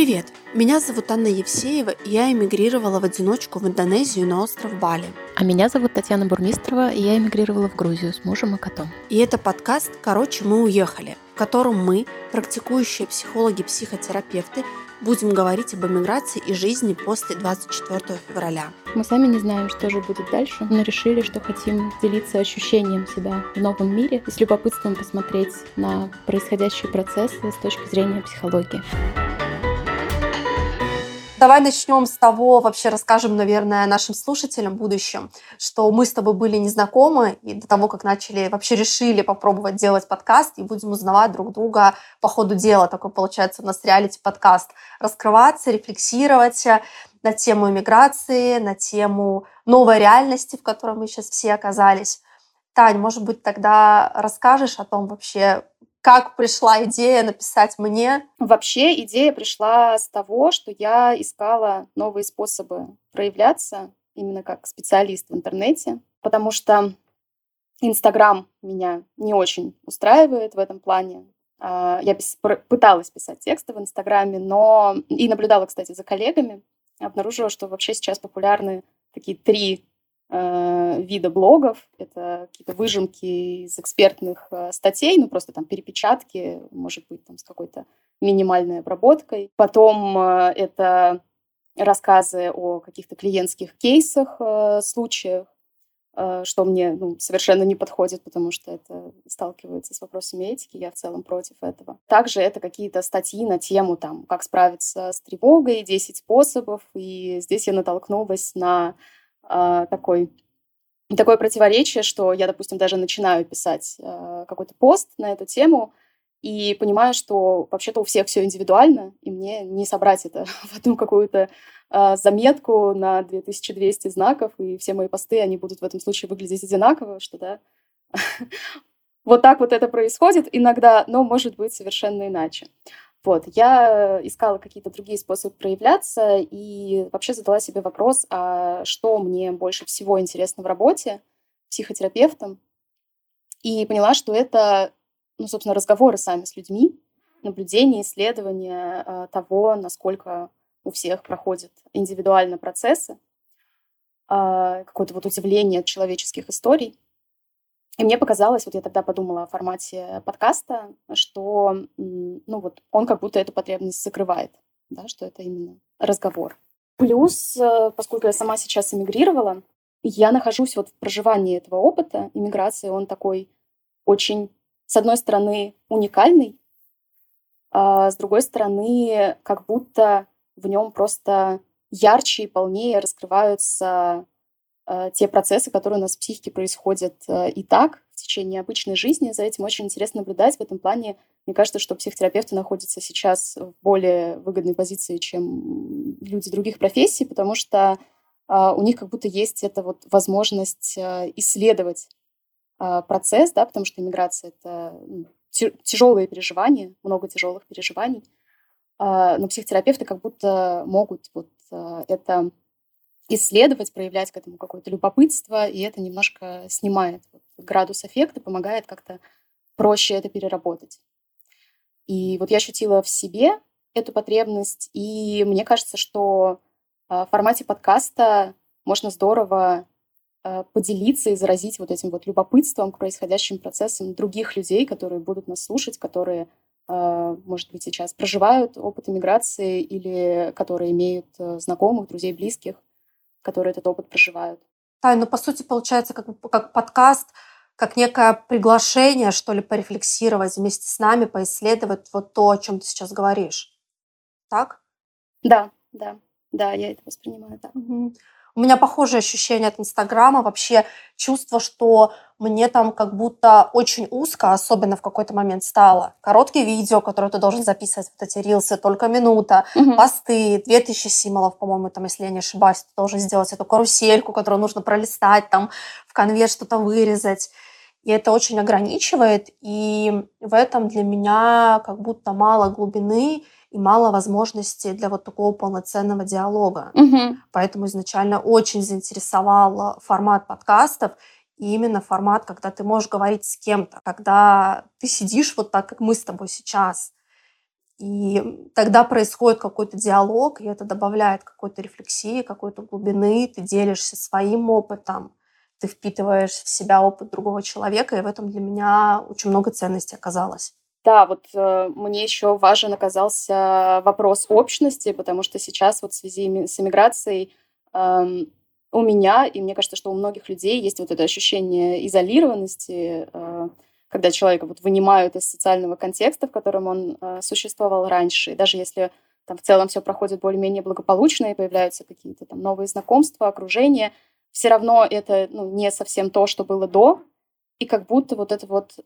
Привет! Меня зовут Анна Евсеева, и я эмигрировала в одиночку в Индонезию на остров Бали. А меня зовут Татьяна Бурмистрова, и я эмигрировала в Грузию с мужем и котом. И это подкаст «Короче, мы уехали», в котором мы, практикующие психологи-психотерапевты, будем говорить об эмиграции и жизни после 24 февраля. Мы сами не знаем, что же будет дальше, но решили, что хотим делиться ощущением себя в новом мире и с любопытством посмотреть на происходящие процессы с точки зрения психологии. Давай начнем с того, вообще расскажем, наверное, нашим слушателям будущим, что мы с тобой были незнакомы, и до того, как решили попробовать делать подкаст, и будем узнавать друг друга по ходу дела. Такой, получается, у нас реалити-подкаст. Раскрываться, рефлексировать на тему иммиграции, на тему новой реальности, в которой мы сейчас все оказались. Тань, может быть, тогда расскажешь о том вообще, как пришла идея написать мне? Вообще идея пришла с того, что я искала новые способы проявляться именно как специалист в интернете, потому что Инстаграм меня не очень устраивает в этом плане. Я пыталась писать тексты в Инстаграме, но и наблюдала, кстати, за коллегами, обнаружила, что вообще сейчас популярны такие три вида блогов. Это какие-то выжимки из экспертных статей, просто там перепечатки, может быть, там с какой-то минимальной обработкой. Потом это рассказы о каких-то клиентских кейсах, случаях, что мне совершенно не подходит, потому что это сталкивается с вопросами этики, я в целом против этого. Также это какие-то статьи на тему, как справиться с тревогой, 10 способов, и здесь я натолкнулась на такое противоречие, что я, допустим, даже начинаю писать какой-то пост на эту тему и понимаю, что вообще-то у всех все индивидуально, и мне не собрать это в одну какую-то заметку на 2200 знаков, и все мои посты, они будут в этом случае выглядеть одинаково, что да, вот так вот это происходит иногда, но может быть совершенно иначе. Я искала какие-то другие способы проявляться и вообще задала себе вопрос, а что мне больше всего интересно в работе психотерапевтом. И поняла, что это, собственно, разговоры сами с людьми, наблюдение, исследование того, насколько у всех проходят индивидуально процессы, какое-то удивление от человеческих историй. И мне показалось, я тогда подумала о формате подкаста, что он как будто эту потребность закрывает, да, что это именно разговор. Плюс, поскольку я сама сейчас эмигрировала, я нахожусь в проживании этого опыта иммиграции, он такой очень, с одной стороны, уникальный, а с другой стороны, как будто в нем просто ярче и полнее раскрываются те процессы, которые у нас в психике происходят и так в течение обычной жизни. За этим очень интересно наблюдать. В этом плане, мне кажется, что психотерапевты находятся сейчас в более выгодной позиции, чем люди других профессий, потому что у них как будто есть эта возможность исследовать процесс, да, потому что иммиграция — это тяжелые переживания, много тяжелых переживаний. Но психотерапевты как будто могут это исследовать, проявлять к этому какое-то любопытство, и это немножко снимает градус эффекта, помогает как-то проще это переработать. И я ощутила в себе эту потребность, и мне кажется, что в формате подкаста можно здорово поделиться и заразить этим любопытством к происходящим процессам других людей, которые будут нас слушать, которые, может быть, сейчас проживают опыт иммиграции или которые имеют знакомых, друзей, близких, которые этот опыт проживают. Тань, по сути, получается как подкаст, как некое приглашение, что ли, порефлексировать вместе с нами, поисследовать то, о чем ты сейчас говоришь. Так? Да, я это воспринимаю так. У меня похожее ощущение от Инстаграма, вообще чувство, что мне там как будто очень узко, особенно в какой-то момент стало. Короткие видео, которые ты должен записывать, эти рилсы, только минута, посты, 2000 символов, по-моему, если я не ошибаюсь, ты должен сделать эту карусельку, которую нужно пролистать, в конверт что-то вырезать. И это очень ограничивает, и в этом для меня как будто мало глубины и мало возможностей для такого полноценного диалога. Поэтому изначально очень заинтересовал формат подкастов, и именно формат, когда ты можешь говорить с кем-то, когда ты сидишь так, как мы с тобой сейчас, И тогда происходит какой-то диалог, и это добавляет какой-то рефлексии, какой-то глубины, ты делишься своим опытом, ты впитываешь в себя опыт другого человека, и в этом для меня очень много ценностей оказалось. Да, вот мне еще важен оказался вопрос общности, потому что сейчас вот в связи с эмиграцией у меня, и мне кажется, что у многих людей есть вот это ощущение изолированности, когда человека вот вынимают из социального контекста, в котором он существовал раньше. И даже если там в целом все проходит более-менее благополучно, и появляются какие-то там новые знакомства, окружение, все равно это не совсем то, что было до. И как будто вот это вот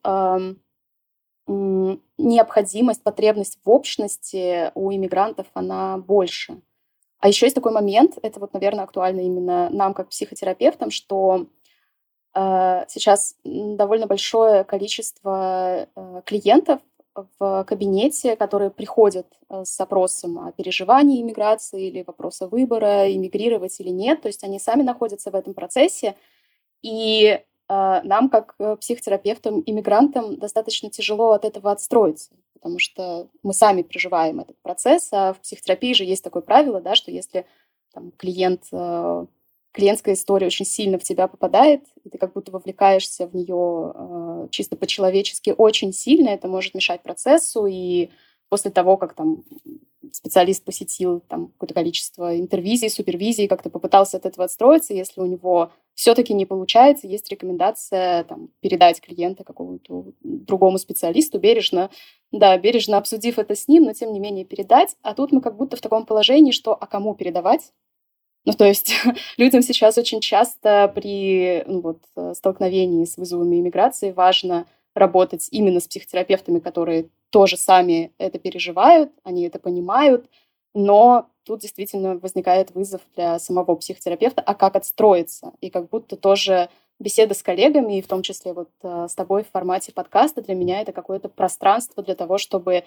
необходимость, потребность в общности у иммигрантов, она больше. А еще есть такой момент, это вот, наверное, актуально именно нам, как психотерапевтам, что сейчас довольно большое количество клиентов в кабинете, которые приходят с запросом о переживании иммиграции или вопроса выбора, иммигрировать или нет. То есть они сами находятся в этом процессе. И нам, как психотерапевтам, иммигрантам, достаточно тяжело от этого отстроиться, потому что мы сами проживаем этот процесс, а в психотерапии же есть такое правило, да, что если там, клиентская история очень сильно в тебя попадает, и ты как будто вовлекаешься в нее чисто по-человечески очень сильно, это может мешать процессу, и после того, как там специалист посетил там какое-то количество интервизий, супервизий, как-то попытался от этого отстроиться, если у него все-таки не получается, есть рекомендация там, передать клиента какому-то другому специалисту бережно, да, бережно обсудив это с ним, но тем не менее передать. А тут мы как будто в таком положении, что а кому передавать? То есть людям сейчас очень часто при столкновении с вызовами иммиграции важно работать именно с психотерапевтами, которые тоже сами это переживают, они это понимают, но тут действительно возникает вызов для самого психотерапевта, а как отстроиться? И как будто тоже беседа с коллегами, и в том числе вот с тобой в формате подкаста, для меня это какое-то пространство для того, чтобы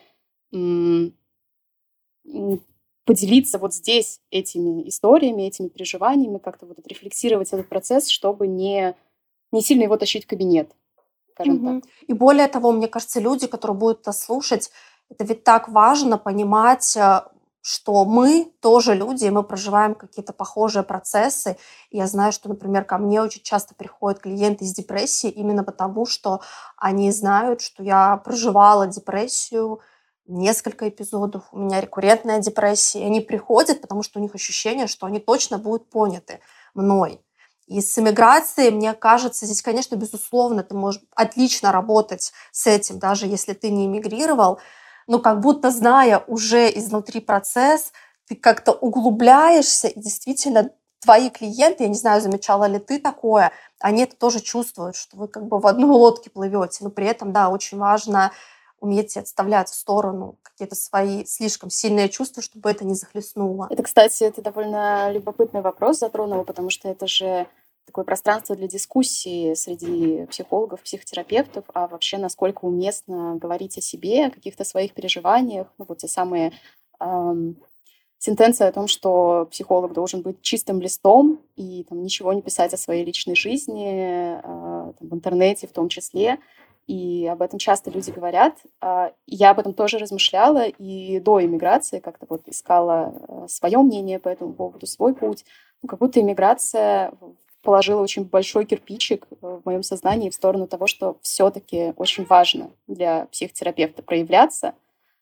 поделиться вот здесь этими историями, этими переживаниями, как-то вот отрефлексировать этот процесс, чтобы не сильно его тащить в кабинет, скажем так. И более того, мне кажется, люди, которые будут это слушать, это ведь так важно понимать, что мы тоже люди, и мы проживаем какие-то похожие процессы. И я знаю, что, например, ко мне очень часто приходят клиенты с депрессией именно потому, что они знают, что я проживала депрессию, несколько эпизодов, у меня рекуррентная депрессия. И они приходят, потому что у них ощущение, что они точно будут поняты мной. И с эмиграцией, мне кажется, здесь, конечно, безусловно, ты можешь отлично работать с этим, даже если ты не эмигрировал, но как будто, зная уже изнутри процесс, ты как-то углубляешься, и действительно твои клиенты, я не знаю, замечала ли ты такое, они это тоже чувствуют, что вы как бы в одной лодке плывете, но при этом, да, очень важно уметь отставлять в сторону какие-то свои слишком сильные чувства, чтобы это не захлестнуло. Это, кстати, это довольно любопытный вопрос затронула, потому что это же такое пространство для дискуссии среди психологов, психотерапевтов, а вообще насколько уместно говорить о себе, о каких-то своих переживаниях, вот те самые сентенции о том, что психолог должен быть чистым листом и там, ничего не писать о своей личной жизни, там, в интернете в том числе. И об этом часто люди говорят. Я об этом тоже размышляла и до иммиграции как-то вот искала свое мнение по этому поводу, свой путь. Как будто иммиграция положила очень большой кирпичик в моем сознании в сторону того, что все-таки очень важно для психотерапевта проявляться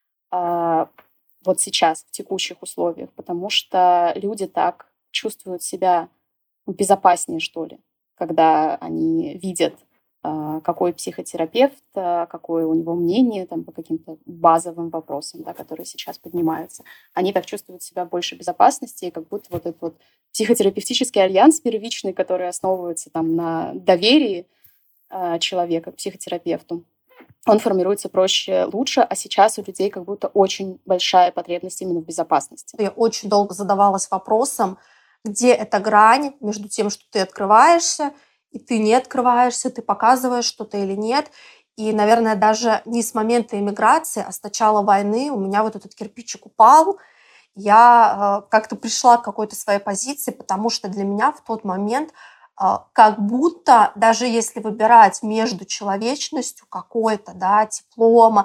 вот сейчас, в текущих условиях, потому что люди так чувствуют себя безопаснее, что ли, когда они видят, какой психотерапевт, какое у него мнение там, по каким-то базовым вопросам, да, которые сейчас поднимаются. Они так чувствуют себя больше безопасности, и как будто вот этот вот психотерапевтический альянс первичный, который основывается там, на доверии человека к психотерапевту, он формируется проще, лучше, а сейчас у людей как будто очень большая потребность именно в безопасности. Я очень долго задавалась вопросом, где эта грань между тем, что ты открываешься, и ты не открываешься, ты показываешь что-то или нет. И, наверное, даже не с момента эмиграции, а с начала войны у меня вот этот кирпичик упал. Я как-то пришла к какой-то своей позиции, потому что для меня в тот момент как будто, даже если выбирать между человечностью какой-то, да, теплом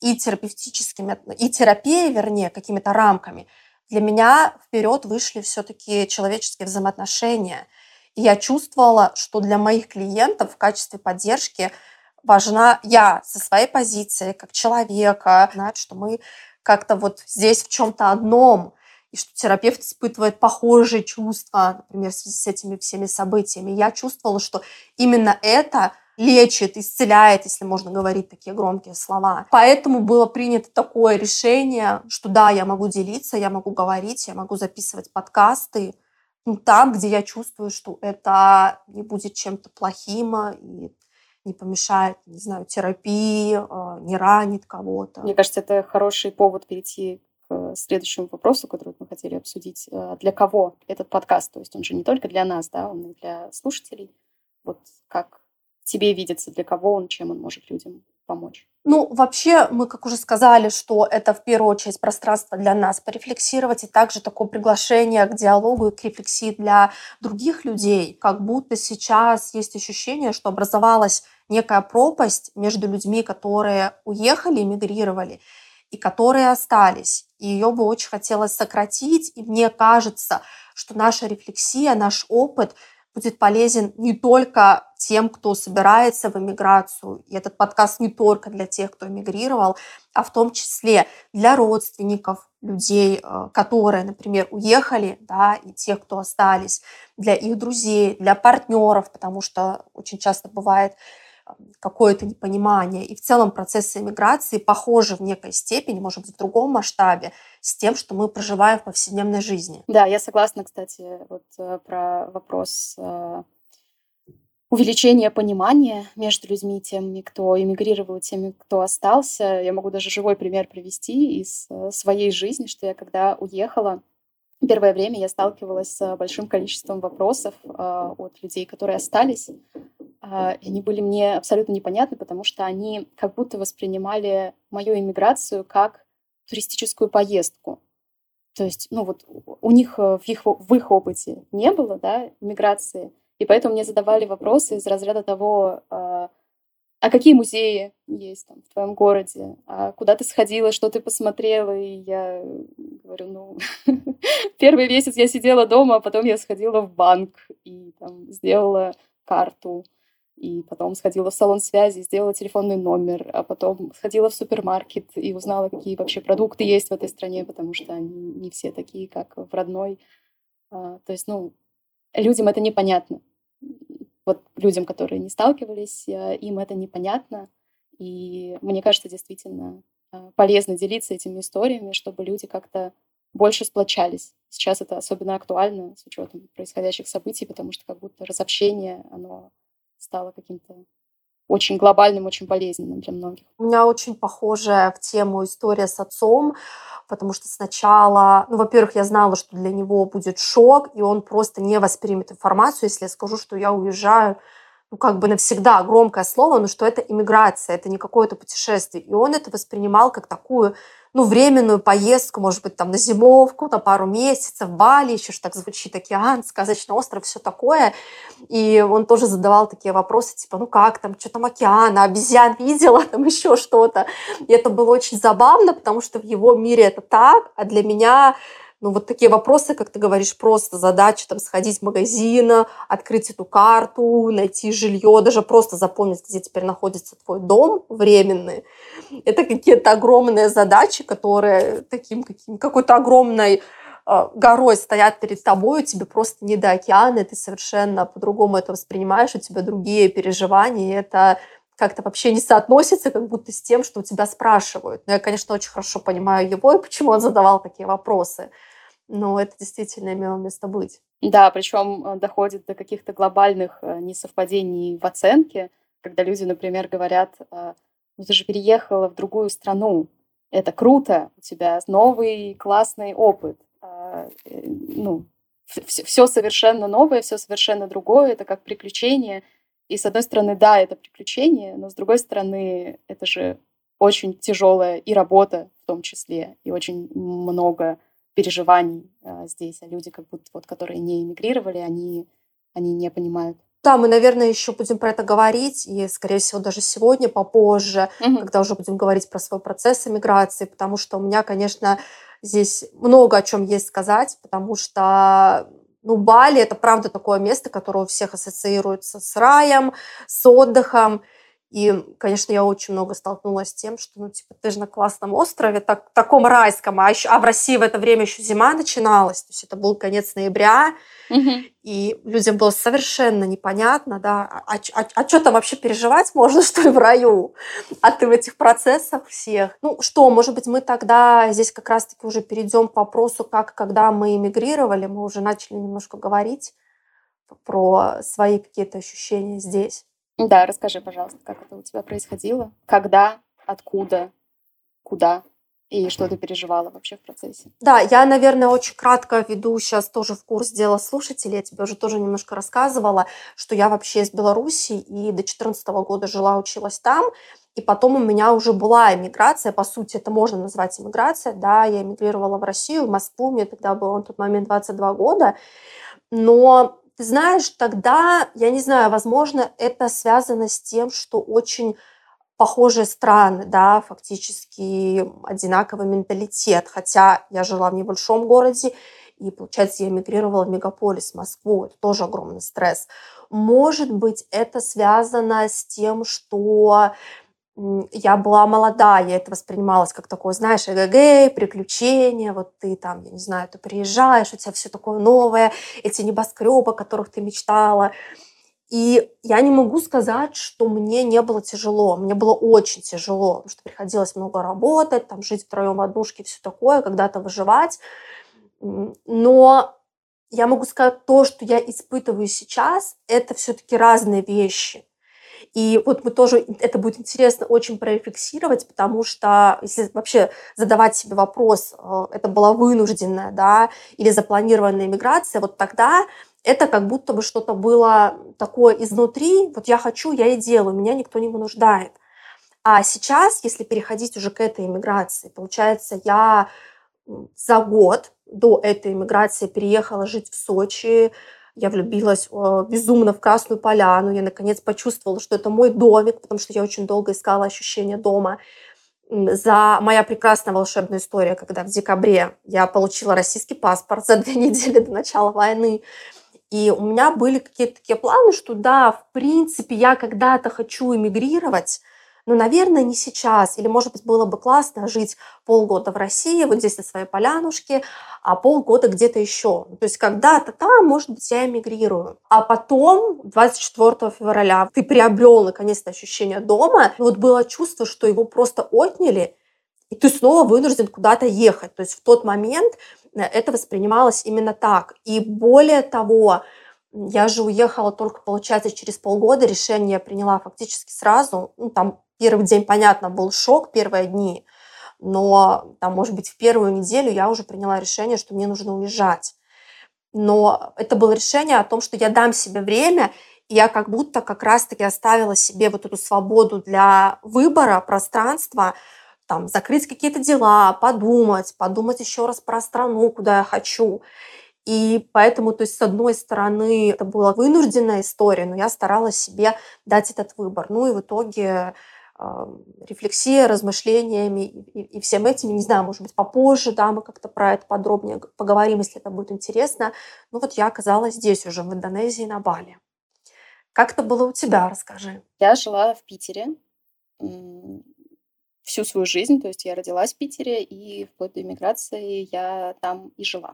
и терапевтическими, и терапией, вернее, какими-то рамками, для меня вперед вышли все-таки человеческие взаимоотношения. И я чувствовала, что для моих клиентов в качестве поддержки важна я со своей позиции, как человека, знать, что мы как-то вот здесь в чем-то одном, и что терапевт испытывает похожие чувства, например, в связи с этими всеми событиями. Я чувствовала, что именно это лечит, исцеляет, если можно говорить такие громкие слова. Поэтому было принято такое решение, что да, я могу делиться, я могу говорить, я могу записывать подкасты, там, где я чувствую, что это не будет чем-то плохим и не помешает, не знаю, терапии, не ранит кого-то. Мне кажется, это хороший повод перейти к следующему вопросу, который мы хотели обсудить. Для кого этот подкаст? То есть он же не только для нас, да, он и для слушателей. Вот как тебе видится, для кого он, чем он может людям помочь? Ну, вообще, мы, как уже сказали, что это в первую очередь пространство для нас порефлексировать, и также такое приглашение к диалогу и к рефлексии для других людей. Как будто сейчас есть ощущение, что образовалась некая пропасть между людьми, которые уехали, эмигрировали, и которые остались. И ее бы очень хотелось сократить, и мне кажется, что наша рефлексия, наш опыт будет полезен не только тем, кто собирается в эмиграцию. И этот подкаст не только для тех, кто эмигрировал, а в том числе для родственников людей, которые, например, уехали, да, и тех, кто остались, для их друзей, для партнеров, потому что очень часто бывает какое-то непонимание. И в целом процессы эмиграции похожи в некой степени, может быть, в другом масштабе, с тем, что мы проживаем в повседневной жизни. Да, я согласна, кстати, вот про вопрос увеличения понимания между людьми, теми, кто эмигрировал, и теми, кто остался. Я могу даже живой пример привести из своей жизни, что я когда уехала, первое время я сталкивалась с большим количеством вопросов от людей, которые остались. И они были мне абсолютно непонятны, потому что они как будто воспринимали мою эмиграцию как туристическую поездку. То есть, ну вот у них в их опыте не было, да, миграции, и поэтому мне задавали вопросы из разряда того, а какие музеи есть там в твоем городе, а куда ты сходила, что ты посмотрела, и я говорю, ну, первый месяц я сидела дома, а потом я сходила в банк и там сделала карту, и потом сходила в салон связи, сделала телефонный номер, а потом сходила в супермаркет и узнала, какие вообще продукты есть в этой стране, потому что они не все такие, как в родной. То есть, ну, людям это непонятно. Вот людям, которые не сталкивались, им это непонятно. И мне кажется, действительно полезно делиться этими историями, чтобы люди как-то больше сплочались. Сейчас это особенно актуально с учетом происходящих событий, потому что как будто разобщение, оно стало каким-то очень глобальным, очень болезненным для многих. У меня очень похожая в тему история с отцом, потому что сначала, ну, во-первых, я знала, что для него будет шок, и он просто не воспримет информацию, если я скажу, что я уезжаю, ну, как бы навсегда, громкое слово, но что это иммиграция, это не какое-то путешествие. И он это воспринимал как такую, ну, временную поездку, может быть, там на зимовку, на пару месяцев, Бали, еще ж так звучит, океан, сказочный остров, все такое. И он тоже задавал такие вопросы, типа, ну как там, что там океан, обезьян видела, там еще что-то. И это было очень забавно, потому что в его мире это так, а для меня, ну вот такие вопросы, как ты говоришь, просто задача там сходить в магазин, открыть эту карту, найти жилье, даже просто запомнить, где теперь находится твой дом временный. Это какие-то огромные задачи, которые какой-то огромной горой стоят перед тобой, тебе просто не до океана, и ты совершенно по-другому это воспринимаешь, у тебя другие переживания, и это как-то вообще не соотносится как будто с тем, что у тебя спрашивают. Но я, конечно, очень хорошо понимаю его, и почему он задавал такие вопросы. Но это действительно имело место быть. Да, причем доходит до каких-то глобальных несовпадений в оценке, когда люди, например, говорят, ну ты же переехала в другую страну, это круто, у тебя новый классный опыт. Ну, все совершенно новое, все совершенно другое, это как приключение. И с одной стороны, да, это приключение, но с другой стороны, это же очень тяжелая и работа в том числе, и очень много переживаний здесь. А люди, как будто вот, которые не эмигрировали, они не понимают Да, мы, наверное, еще будем про это говорить, и, скорее всего, даже сегодня, попозже, когда уже будем говорить про свой процесс эмиграции, потому что у меня, конечно, здесь много о чем есть сказать, потому что, ну, Бали– это, правда, такое место, которое у всех ассоциируется с раем, с отдыхом. И, конечно, я очень много столкнулась с тем, что, ну, типа, ты же на классном острове, таком райском, а в России в это время еще зима начиналась, то есть это был конец ноября, и людям было совершенно непонятно, да, что там вообще переживать можно, что ли, в раю? А ты в этих процессах всех. Ну что, может быть, мы тогда здесь как раз-таки уже перейдем к вопросу, как, когда мы эмигрировали, мы уже начали немножко говорить про свои какие-то ощущения здесь. Да, расскажи, пожалуйста, как это у тебя происходило, когда, откуда, куда и что ты переживала вообще в процессе. Да, я, наверное, очень кратко веду сейчас тоже в курс дела слушателей. Я тебе уже тоже немножко рассказывала, что я вообще из Беларуси и до 2014 года жила, училась там. И потом у меня уже была эмиграция, по сути, это можно назвать эмиграцией, да, я эмигрировала в Россию, в Москву, мне тогда было на тот момент 22 года, но ты знаешь, тогда, я не знаю, возможно, это связано с тем, что очень похожие страны, да, фактически одинаковый менталитет, хотя я жила в небольшом городе, и, получается, я эмигрировала в мегаполис, в Москву, это тоже огромный стресс. Может быть, это связано с тем, что я была молода, я это воспринималась как такое, знаешь, эгэгэй, приключения, вот ты там, я не знаю, ты приезжаешь, у тебя все такое новое, эти небоскребы, о которых ты мечтала. И я не могу сказать, что мне не было тяжело. Мне было очень тяжело, потому что приходилось много работать, там, жить втроем в однушке, все такое, когда-то выживать. Но я могу сказать, то, что я испытываю сейчас, это все-таки разные вещи. И вот мы тоже, это будет интересно очень прорефлексировать, потому что если вообще задавать себе вопрос, это была вынужденная, да, или запланированная иммиграция, вот тогда это как будто бы что-то было такое изнутри, вот я хочу, я и делаю, меня никто не вынуждает. А сейчас, если переходить уже к этой иммиграции, получается, я за год до этой иммиграции переехала жить в Сочи. Я влюбилась безумно в Красную Поляну. Я, наконец, почувствовала, что это мой домик, потому что я очень долго искала ощущение дома. За моя прекрасная волшебная история, когда в декабре я получила российский паспорт за 2 недели до начала войны. И у меня были какие-то такие планы, что да, в принципе, я когда-то хочу эмигрировать, но, наверное, не сейчас. Или, может быть, было бы классно жить полгода в России, вот здесь на своей полянушке, а полгода где-то еще. То есть когда-то там, может быть, я эмигрирую. А потом, 24 февраля, ты приобрел, наконец-то, ощущение дома. И вот было чувство, что его просто отняли, и ты снова вынужден куда-то ехать. То есть в тот момент это воспринималось именно так. И более того, я же уехала только, получается, через полгода. Решение я приняла фактически сразу. Ну, там первый день, понятно, был шок, первые дни. Но там, может быть, в первую неделю я уже приняла решение, что мне нужно уезжать. Но это было решение о том, что я дам себе время, и я как будто как раз-таки оставила себе вот эту свободу для выбора, пространства, там, закрыть какие-то дела, подумать еще раз про страну, куда я хочу. И поэтому, то есть, с одной стороны, это была вынужденная история, но я старалась себе дать этот выбор. Ну и в итоге рефлексия, размышлениями и всем этим, не знаю, может быть, попозже, да, мы как-то про это подробнее поговорим, если это будет интересно. Ну вот я оказалась здесь уже, в Индонезии, на Бали. Как это было у тебя, расскажи. Я жила в Питере всю свою жизнь, то есть я родилась в Питере, и вплоть до иммиграции я там и жила.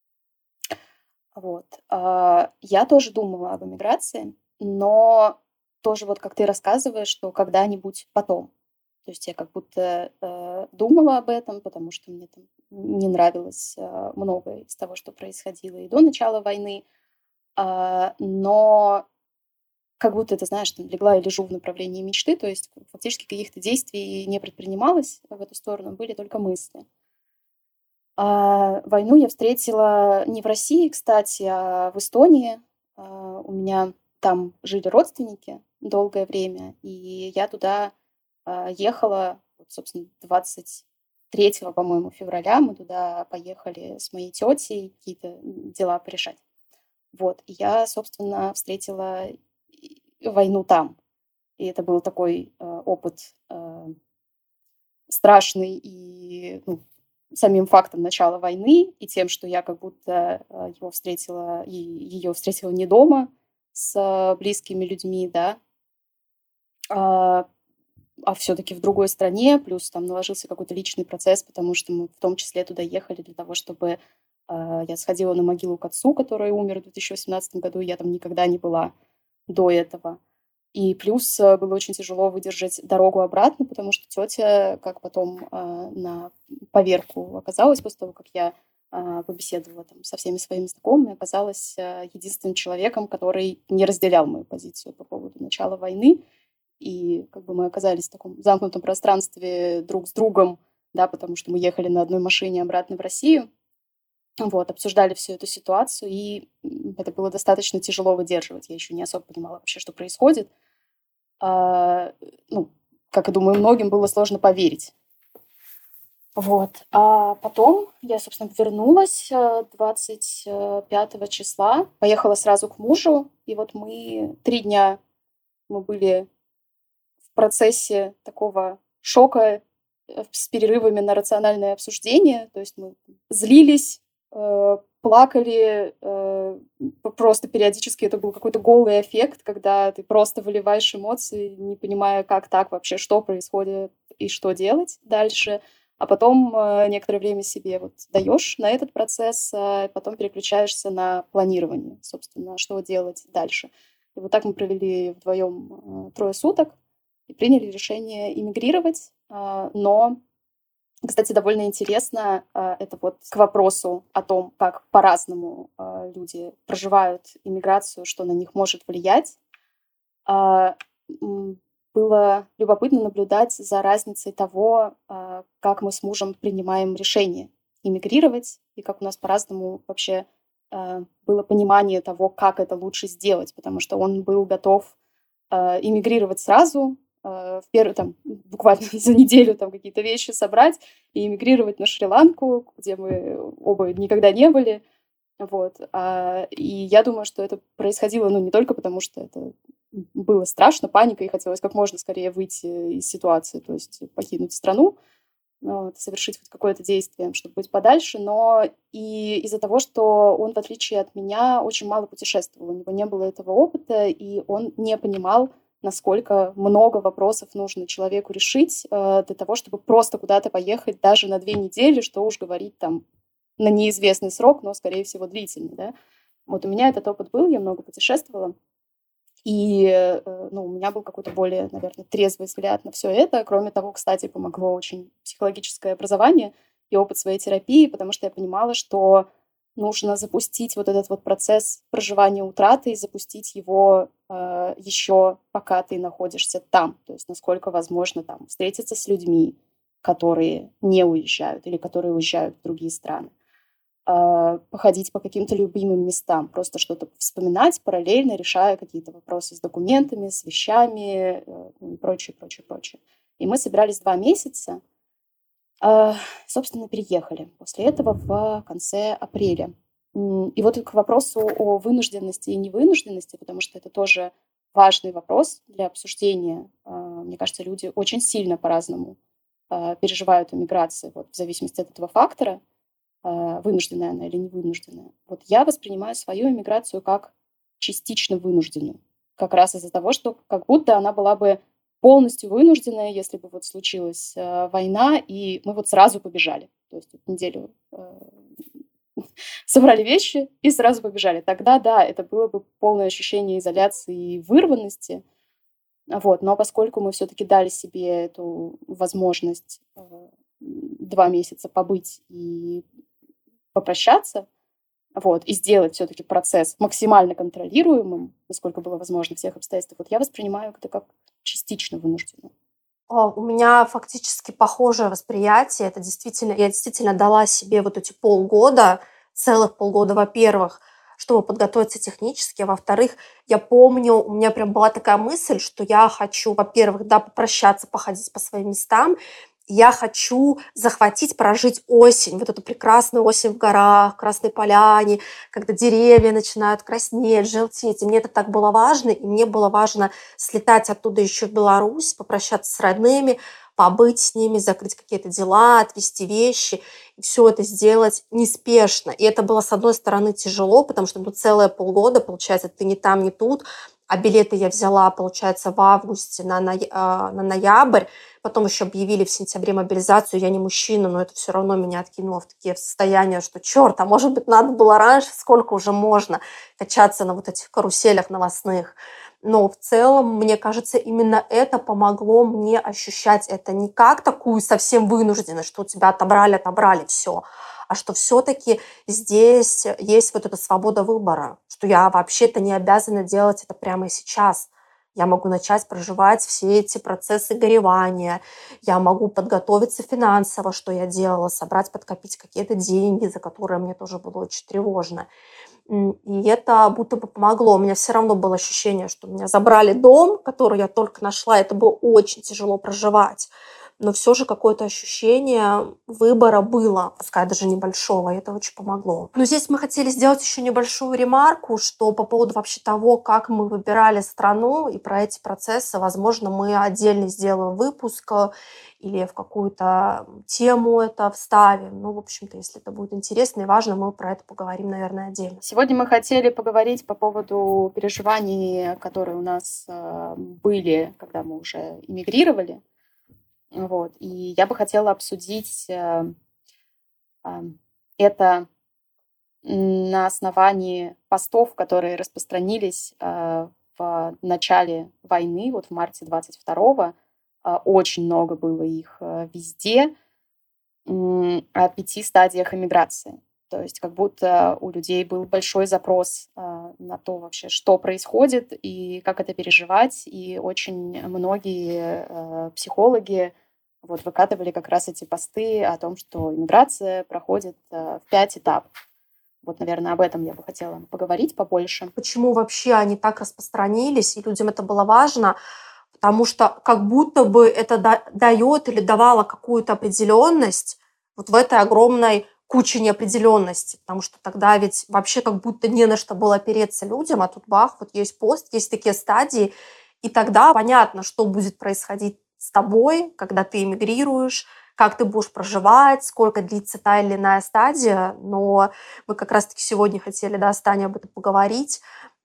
Вот. Я тоже думала об эмиграции, но тоже вот как ты рассказываешь, что когда-нибудь потом. То есть я как будто думала об этом, потому что мне там не нравилось многое из того, что происходило и до начала войны, но как будто, ты знаешь, там легла и лежу в направлении мечты, то есть фактически каких-то действий не предпринималось в эту сторону, были только мысли. Войну я встретила не в России, кстати, а в Эстонии. У меня там жили родственники долгое время, и я туда ехала, вот, собственно, 23, по-моему, февраля мы туда поехали с моей тетей какие-то дела порешать. Вот, и я, собственно, встретила войну там. И это был такой опыт страшный и самим фактом начала войны, и тем, что я как будто ее встретила не дома с близкими людьми, да, а все-таки в другой стране, плюс там наложился какой-то личный процесс, потому что мы в том числе туда ехали для того, чтобы я сходила на могилу к отцу, который умер в 2018 году, я там никогда не была до этого. И плюс было очень тяжело выдержать дорогу обратно, потому что тетя, как потом на поверку оказалась, после того, как я побеседовала там со всеми своими знакомыми, оказалась единственным человеком, который не разделял мою позицию по поводу начала войны. И как бы мы оказались в таком замкнутом пространстве друг с другом, да, потому что мы ехали на одной машине обратно в Россию. Вот, обсуждали всю эту ситуацию, и это было достаточно тяжело выдерживать. Я еще не особо понимала вообще, что происходит. Как я думаю, многим было сложно поверить. Вот. А потом я, собственно, вернулась 25 числа, поехала сразу к мужу, и вот мы 3 дня мы были в процессе такого шока с перерывами на рациональное обсуждение, то есть мы злились, плакали, просто периодически это был какой-то голый эффект, когда ты просто выливаешь эмоции, не понимая, как так вообще, что происходит и что делать дальше. А потом некоторое время себе вот даешь на этот процесс, а потом переключаешься на планирование, собственно, что делать дальше. И вот так мы провели вдвоем 3 суток и приняли решение эмигрировать, но... Кстати, довольно интересно, это вот к вопросу о том, как по-разному люди проживают иммиграцию, что на них может влиять. Было любопытно наблюдать за разницей того, как мы с мужем принимаем решение иммигрировать, и как у нас по-разному вообще было понимание того, как это лучше сделать, потому что он был готов иммигрировать сразу, буквально за неделю там какие-то вещи собрать и эмигрировать на Шри-Ланку, где мы оба никогда не были. Вот. И я думаю, что это происходило, не только потому, что это было страшно, паника, и хотелось как можно скорее выйти из ситуации, то есть покинуть страну, совершить хоть какое-то действие, чтобы быть подальше, но и из-за того, что он, в отличие от меня, очень мало путешествовал, у него не было этого опыта, и он не понимал, насколько много вопросов нужно человеку решить для того, чтобы просто куда-то поехать даже на 2 недели, что уж говорить там на неизвестный срок, но, скорее всего, длительный, да. Вот у меня этот опыт был, я много путешествовала, и у меня был какой-то более, наверное, трезвый взгляд на все это. Кроме того, кстати, помогло очень психологическое образование и опыт своей терапии, потому что я понимала, что нужно запустить вот этот вот процесс проживания утраты и запустить его еще пока ты находишься там. То есть насколько возможно там встретиться с людьми, которые не уезжают или которые уезжают в другие страны. Походить по каким-то любимым местам, просто что-то вспоминать, параллельно решая какие-то вопросы с документами, с вещами и прочее, прочее, прочее. И мы собирались 2 месяца, собственно, переехали после этого в конце апреля. И вот к вопросу о вынужденности и невынужденности, потому что это тоже важный вопрос для обсуждения. Мне кажется, люди очень сильно по-разному переживают эмиграцию, вот, в зависимости от этого фактора, вынужденная она или невынужденная. Вот я воспринимаю свою эмиграцию как частично вынужденную. Как раз из-за того, что как будто она была бы полностью вынужденная, если бы вот случилась война, и мы вот сразу побежали. То есть неделю собрали вещи и сразу побежали. Тогда, да, это было бы полное ощущение изоляции и вырванности. Вот. Но поскольку мы все-таки дали себе эту возможность 2 месяца побыть и попрощаться, вот, и сделать все-таки процесс максимально контролируемым, насколько было возможно, всех обстоятельств, вот я воспринимаю это как частично вынужденную. У меня фактически похожее восприятие. Я действительно дала себе вот эти полгода, целых полгода, во-первых, чтобы подготовиться технически, а во-вторых, я помню, у меня прям была такая мысль, что я хочу, во-первых, да, попрощаться, походить по своим местам, Я хочу захватить, прожить осень, вот эту прекрасную осень в горах, в Красной Поляне, когда деревья начинают краснеть, желтеть. И мне это так было важно, и мне было важно слетать оттуда еще в Беларусь, попрощаться с родными, побыть с ними, закрыть какие-то дела, отвезти вещи, и все это сделать неспешно. И это было, с одной стороны, тяжело, потому что целые полгода, получается, ты ни там, ни тут, а билеты я взяла, получается, в августе на ноябрь. Потом еще объявили в сентябре мобилизацию. Я не мужчина, но это все равно меня откинуло в такие состояния, что черт, а может быть, надо было раньше, сколько уже можно качаться на вот этих каруселях новостных. Но в целом, мне кажется, именно это помогло мне ощущать это не как такую совсем вынужденность, что у тебя отобрали все, а что все-таки здесь есть вот эта свобода выбора, что я вообще-то не обязана делать это прямо сейчас. Я могу начать проживать все эти процессы горевания, я могу подготовиться финансово, что я делала, собрать, подкопить какие-то деньги, за которые мне тоже было очень тревожно. И это будто бы помогло. У меня все равно было ощущение, что меня забрали дом, который я только нашла. Это было очень тяжело проживать. Но все же какое-то ощущение выбора было, пускай даже небольшого, и это очень помогло. Но здесь мы хотели сделать еще небольшую ремарку, что по поводу вообще того, как мы выбирали страну и про эти процессы, возможно, мы отдельно сделаем выпуск или в какую-то тему это вставим. Ну, в общем-то, если это будет интересно и важно, мы про это поговорим, наверное, отдельно. Сегодня мы хотели поговорить по поводу переживаний, которые у нас были, когда мы уже эмигрировали. Вот. И я бы хотела обсудить это на основании постов, которые распространились в начале войны, вот в марте 22-го. Очень много было их везде, о 5 стадиях эмиграции. То есть как будто у людей был большой запрос на то вообще, что происходит и как это переживать. И очень многие психологи вот выкатывали как раз эти посты о том, что иммиграция проходит в 5 этапов. Вот, наверное, об этом я бы хотела поговорить побольше. Почему вообще они так распространились, и людям это было важно? Потому что как будто бы это дает или давало какую-то определенность вот в этой огромной куче неопределенности, потому что тогда ведь вообще как будто не на что было опереться людям, а тут бах, вот есть пост, есть такие стадии, и тогда понятно, что будет происходить с тобой, когда ты эмигрируешь, как ты будешь проживать, сколько длится та или иная стадия. Но мы как раз-таки сегодня хотели, да, с Таней об этом поговорить,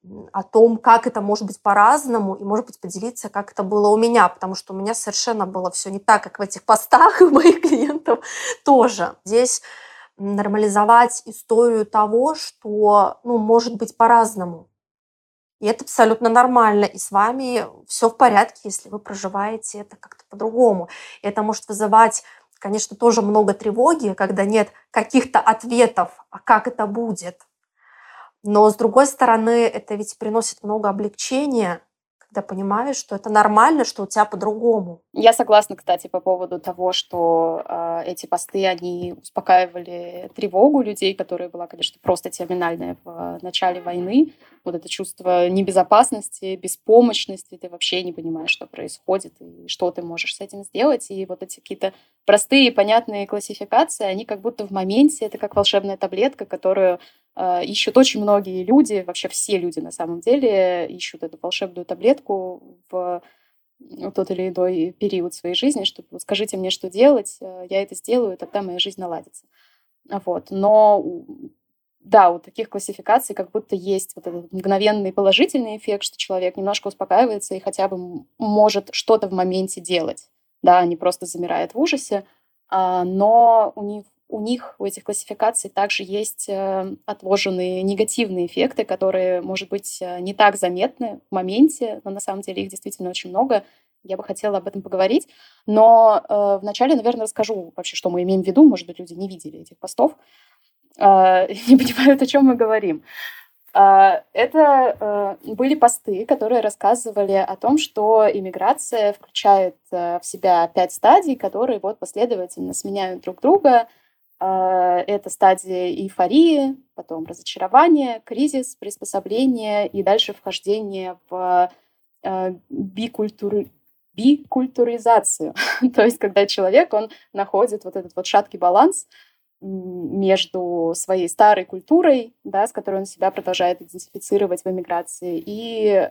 о том, как это может быть по-разному, и, может быть, поделиться, как это было у меня, потому что у меня совершенно было все не так, как в этих постах у моих клиентов тоже. Здесь нормализовать историю того, что, ну, может быть по-разному. И это абсолютно нормально, и с вами все в порядке, если вы проживаете это как-то по-другому. И это может вызывать, конечно, тоже много тревоги, когда нет каких-то ответов, а как это будет. Но, с другой стороны, это ведь приносит много облегчения, когда понимаешь, что это нормально, что у тебя по-другому. Я согласна, кстати, по поводу того, что эти посты, они успокаивали тревогу людей, которая была, конечно, просто терминальная в начале войны. Вот это чувство небезопасности, беспомощности, ты вообще не понимаешь, что происходит и что ты можешь с этим сделать. И вот эти какие-то простые, понятные классификации, они как будто в моменте, это как волшебная таблетка, которую ищут очень многие люди, вообще все люди на самом деле ищут эту волшебную таблетку в тот или иной период своей жизни, чтобы вот скажите мне, что делать, я это сделаю, и тогда моя жизнь наладится. Вот. Но да, у таких классификаций как будто есть вот этот мгновенный положительный эффект, что человек немножко успокаивается и хотя бы может что-то в моменте делать, да, не просто замирает в ужасе, но у этих классификаций также есть отложенные негативные эффекты, которые, может быть, не так заметны в моменте, но на самом деле их действительно очень много. Я бы хотела об этом поговорить. Но вначале, наверное, расскажу вообще, что мы имеем в виду. Может быть, люди не видели этих постов, не понимают, о чем мы говорим. Это были посты, которые рассказывали о том, что иммиграция включает в себя 5 стадий, которые вот последовательно сменяют друг друга. Это стадия эйфории, потом разочарование, кризис, приспособление и дальше вхождение в бикультуризацию. То есть когда человек, он находит вот этот вот шаткий баланс между своей старой культурой, да, с которой он себя продолжает идентифицировать в эмиграции, и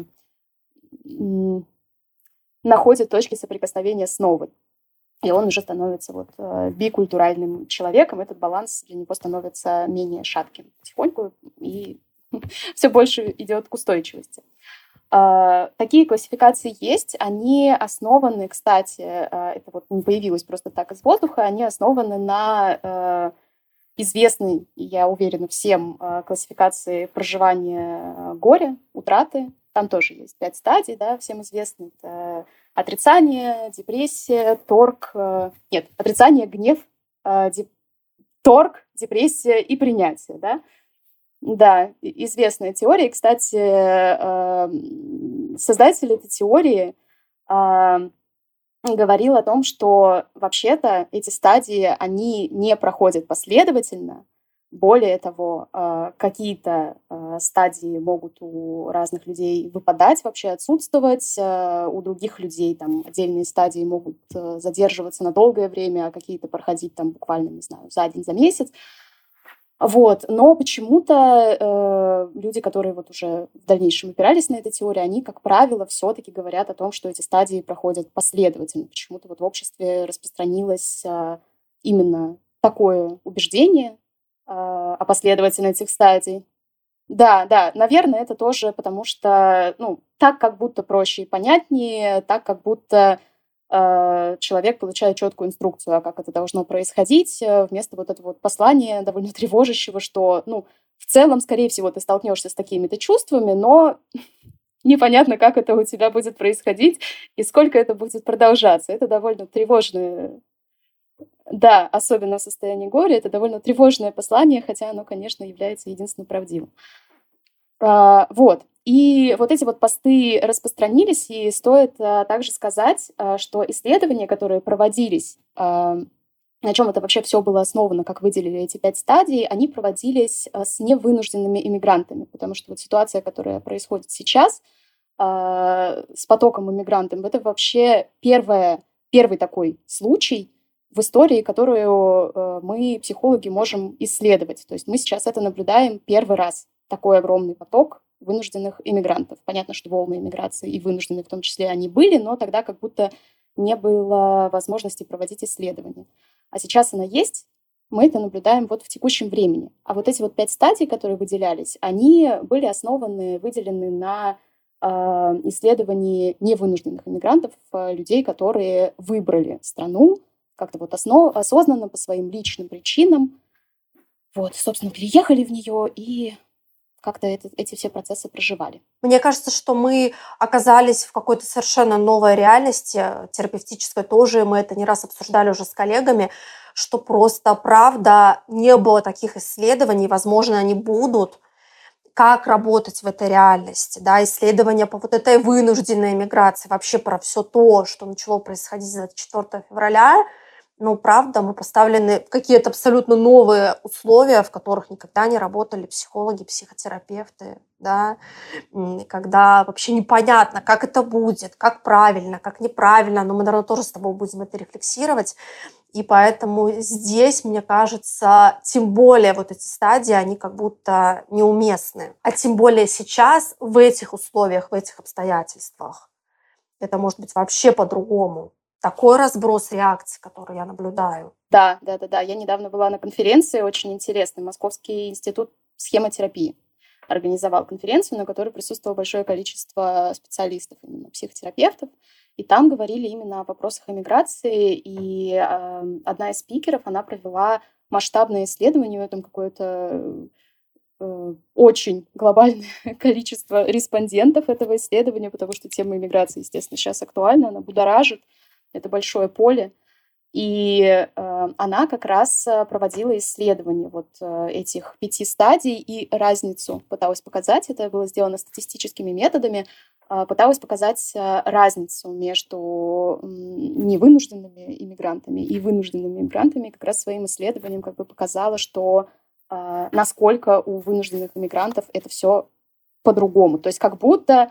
находит точки соприкосновения с новой. И он уже становится вот бикультуральным человеком, этот баланс для него становится менее шатким потихоньку, и все больше идет к устойчивости. Такие классификации есть, они основаны, кстати, это вот не появилось просто так из воздуха, они основаны на известной, я уверена, всем классификации проживания горя, утраты. Там тоже есть 5 стадий, да, всем известны. Это отрицание, депрессия, торг, отрицание, гнев, торг, депрессия и принятие, да. Да, известная теория. И, кстати, создатель этой теории говорил о том, что вообще-то эти стадии, они не проходят последовательно. Более того, какие-то стадии могут у разных людей выпадать, вообще отсутствовать. У других людей там отдельные стадии могут задерживаться на долгое время, а какие-то проходить там буквально, не знаю, за день, за месяц. Вот. Но почему-то люди, которые вот уже в дальнейшем опирались на эту теорию, они, как правило, все-таки говорят о том, что эти стадии проходят последовательно. Почему-то вот в обществе распространилось именно такое убеждение о последовательности этих стадий. Да, наверное, это тоже потому что, так как будто проще и понятнее, так как будто человек получает четкую инструкцию, как это должно происходить, вместо вот этого вот послания довольно тревожащего, что, в целом, скорее всего, ты столкнешься с такими-то чувствами, но непонятно, как это у тебя будет происходить и сколько это будет продолжаться. Это довольно тревожное, да, особенно в состоянии горя, это довольно тревожное послание, хотя оно, конечно, является единственно правдивым. Вот. И вот эти вот посты распространились, и стоит также сказать, что исследования, которые проводились, на чем это вообще все было основано, как выделили эти 5 стадий, они проводились с невынужденными иммигрантами, потому что вот ситуация, которая происходит сейчас с потоком иммигрантов, это вообще первый такой случай в истории, которую мы, психологи, можем исследовать. То есть мы сейчас это наблюдаем первый раз, такой огромный поток вынужденных иммигрантов. Понятно, что волны иммиграции и вынужденные в том числе они были, но тогда как будто не было возможности проводить исследования. А сейчас она есть, мы это наблюдаем вот в текущем времени. А вот эти вот 5 стадий, которые выделялись, они были выделены на исследовании невынужденных иммигрантов, людей, которые выбрали страну как-то вот осознанно по своим личным причинам, вот, собственно, переехали в нее и как-то эти все процессы проживали. Мне кажется, что мы оказались в какой-то совершенно новой реальности, терапевтической тоже, мы это не раз обсуждали уже с коллегами, что просто, правда, не было таких исследований, возможно, они будут, как работать в этой реальности, да, исследования по вот этой вынужденной миграции, вообще про все то, что начало происходить 24 февраля, правда, мы поставлены в какие-то абсолютно новые условия, в которых никогда не работали психологи, психотерапевты, да, когда вообще непонятно, как это будет, как правильно, как неправильно, но мы, наверное, тоже с тобой будем это рефлексировать, и поэтому здесь, мне кажется, тем более вот эти стадии, они как будто неуместны, а тем более сейчас в этих условиях, в этих обстоятельствах, это может быть вообще по-другому. Такой разброс реакций, который я наблюдаю. Да. Я недавно была на конференции, очень интересной. Московский институт схемотерапии организовал конференцию, на которой присутствовало большое количество специалистов, именно психотерапевтов. И там говорили именно о вопросах эмиграции. И одна из спикеров, она провела масштабное исследование, там какое-то очень глобальное количество респондентов этого исследования, потому что тема эмиграции, естественно, сейчас актуальна, она будоражит. Это большое поле. И она как раз проводила исследование вот этих 5 стадий и разницу пыталась показать. Это было сделано статистическими методами. Пыталась показать разницу между невынужденными иммигрантами и вынужденными иммигрантами. Как раз своим исследованием как бы показала, что насколько у вынужденных иммигрантов это все по-другому. То есть как будто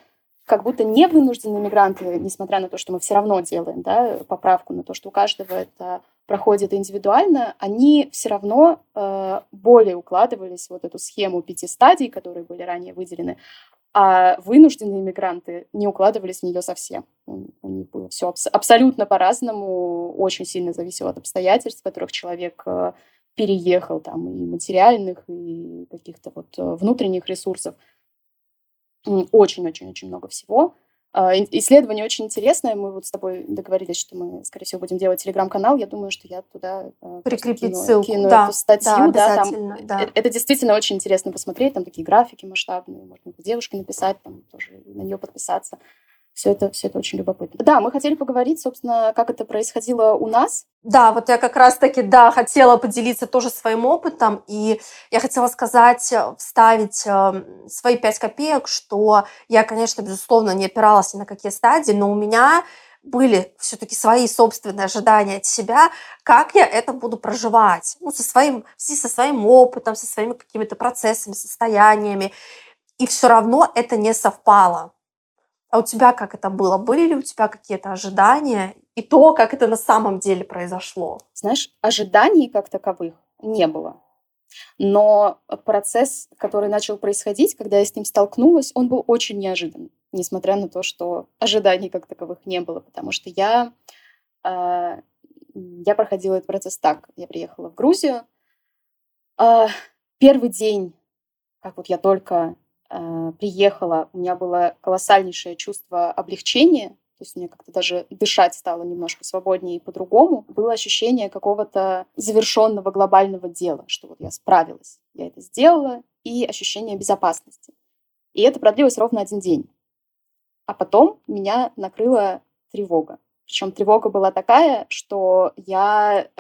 как будто не вынужденные мигранты, несмотря на то, что мы все равно делаем, да, поправку на то, что у каждого это проходит индивидуально, они все равно более укладывались в вот эту схему 5 стадий, которые были ранее выделены, а вынужденные мигранты не укладывались в нее совсем. У них было все абсолютно по-разному, очень сильно зависело от обстоятельств, в которых человек переехал, там, и материальных, и каких-то вот внутренних ресурсов. Очень-очень-очень много всего. Исследование очень интересное. Мы вот с тобой договорились, что мы, скорее всего, будем делать телеграм-канал. Я думаю, что я туда Прикрепить ссылку. кину Да, эту статью. да, обязательно. Там, да. Это действительно очень интересно посмотреть. Там такие графики масштабные. Можно девушке написать, там тоже на нее подписаться. Все это очень любопытно. Да, мы хотели поговорить, собственно, как это происходило у нас. Да, вот я как раз-таки, хотела поделиться тоже своим опытом, и я хотела сказать, вставить свои 5 копеек, что я, конечно, безусловно, не опиралась ни на какие стадии, но у меня были все-таки свои собственные ожидания от себя, как я это буду проживать, со своим опытом, со своими какими-то процессами, состояниями, и все равно это не совпало. А у тебя как это было? Были ли у тебя какие-то ожидания? И то, как это на самом деле произошло? Знаешь, ожиданий как таковых не было. Но процесс, который начал происходить, когда я с ним столкнулась, он был очень неожиданный, несмотря на то, что ожиданий как таковых не было, потому что я проходила этот процесс так. Я приехала в Грузию. Первый день, как вот я только приехала, у меня было колоссальнейшее чувство облегчения, то есть мне как-то даже дышать стало немножко свободнее и по-другому. Было ощущение какого-то завершенного глобального дела, что вот я справилась, я это сделала, и ощущение безопасности. И это продлилось ровно 1 день. А потом меня накрыла тревога. Причем тревога была такая, что я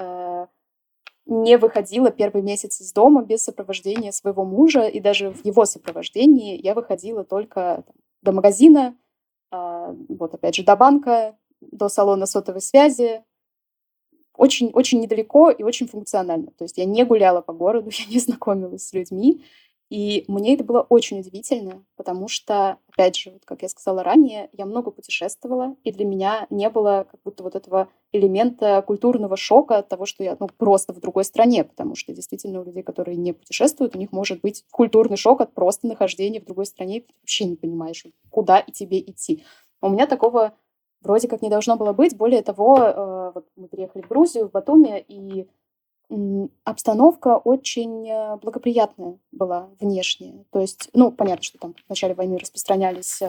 не выходила первый месяц из дома без сопровождения своего мужа, и даже в его сопровождении я выходила только до магазина, вот опять же до банка, до салона сотовой связи. Очень, очень недалеко и очень функционально. То есть я не гуляла по городу, я не знакомилась с людьми. И мне это было очень удивительно, потому что, опять же, вот как я сказала ранее, я много путешествовала, и для меня не было как будто вот этого элемента культурного шока от того, что я просто в другой стране, потому что действительно у людей, которые не путешествуют, у них может быть культурный шок от просто нахождения в другой стране, и ты вообще не понимаешь, куда и тебе идти. А у меня такого вроде как не должно было быть. Более того, вот мы приехали в Грузию, в Батуми, и обстановка очень благоприятная была внешне. То есть, понятно, что там в начале войны распространялись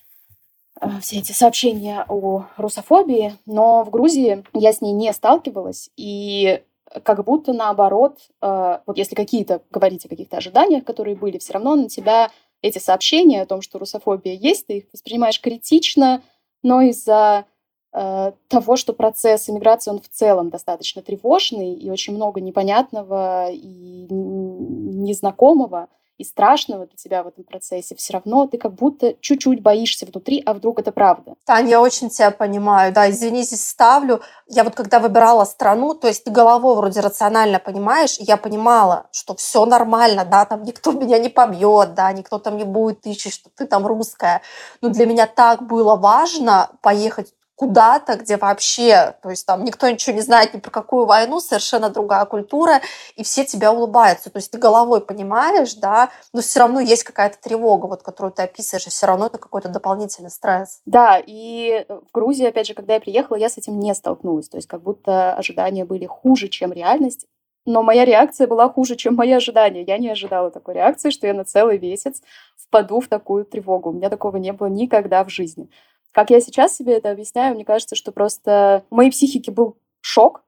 все эти сообщения о русофобии, но в Грузии я с ней не сталкивалась, и как будто наоборот, вот если говорить о каких-то ожиданиях, которые были, все равно на тебя эти сообщения о том, что русофобия есть, ты их воспринимаешь критично, но из-за того, что процесс иммиграции, он в целом достаточно тревожный, и очень много непонятного и незнакомого, и страшного для тебя в этом процессе, все равно ты как будто чуть-чуть боишься внутри, а вдруг это правда. Тань, я очень тебя понимаю, да, извини, здесь ставлю. Я вот когда выбирала страну, то есть ты головой вроде рационально понимаешь, я понимала, что все нормально, да, там никто меня не побьет, да, никто там не будет тычить, что ты там русская. Но для меня так было важно поехать куда-то, где вообще, то есть там никто ничего не знает ни про какую войну, совершенно другая культура, и все тебя улыбаются. То есть ты головой понимаешь, да, но все равно есть какая-то тревога, вот, которую ты описываешь, и все равно это какой-то дополнительный стресс. Да, и в Грузии, опять же, когда я приехала, я с этим не столкнулась. То есть как будто ожидания были хуже, чем реальность. Но моя реакция была хуже, чем мои ожидания. Я не ожидала такой реакции, что я на целый месяц впаду в такую тревогу. У меня такого не было никогда в жизни. Как я сейчас себе это объясняю, мне кажется, что просто в моей психике был шок,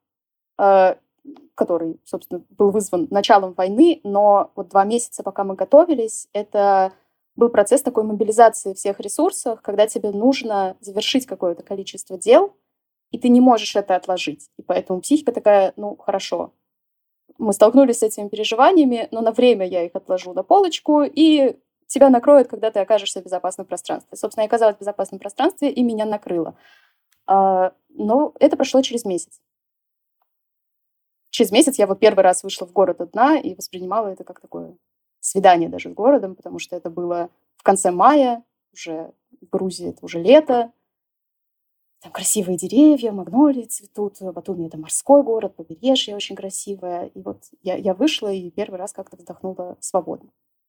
который, собственно, был вызван началом войны, но вот 2 месяца, пока мы готовились, это был процесс такой мобилизации всех ресурсов, когда тебе нужно завершить какое-то количество дел, и ты не можешь это отложить. И поэтому психика такая, хорошо, мы столкнулись с этими переживаниями, но на время я их отложу на полочку, и тебя накроет, когда ты окажешься в безопасном пространстве. Собственно, я оказалась в безопасном пространстве, и меня накрыло. Но это прошло через месяц. Через месяц я вот первый раз вышла в город одна и воспринимала это как такое свидание даже с городом, потому что это было в конце мая, уже в Грузии это уже лето, там красивые деревья, магнолии цветут. Батуми — это морской город, побережье очень красивое. И вот я вышла и первый раз как-то вздохнула свободно.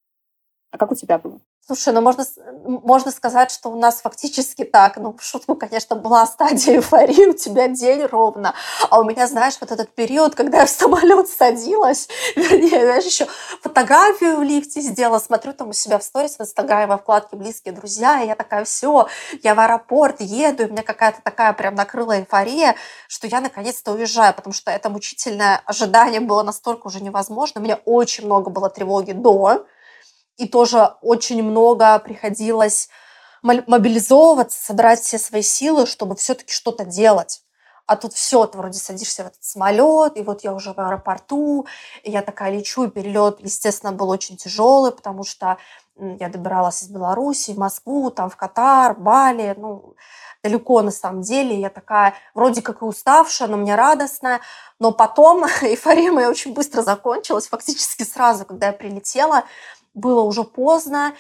А как у тебя было? Слушай, ну можно сказать, что у нас фактически так, ну, в шутку, конечно, была стадия эйфории, у тебя день ровно, а у меня, знаешь, вот этот период, когда я в самолет садилась, вернее, знаешь, еще фотографию в лифте сделала, смотрю там у себя в сторис в Инстаграме во вкладке «Близкие друзья», и я такая, все, я в аэропорт еду, и у меня какая-то такая прям накрыла эйфория, что я наконец-то уезжаю, потому что это мучительное ожидание было настолько уже невозможно, у меня очень много было тревоги до, и тоже очень много приходилось мобилизовываться, собрать все свои силы, чтобы все-таки что-то делать. А тут все, ты вроде садишься в этот самолет, и вот я уже в аэропорту, и я такая лечу, и перелет, естественно, был очень тяжелый, потому что я добиралась из Беларуси в Москву, там в Катар, Бали, ну, далеко на самом деле. Я такая вроде как и уставшая, но мне радостная. Но потом эйфория моя очень быстро закончилась, фактически сразу, когда я прилетела, было уже поздно,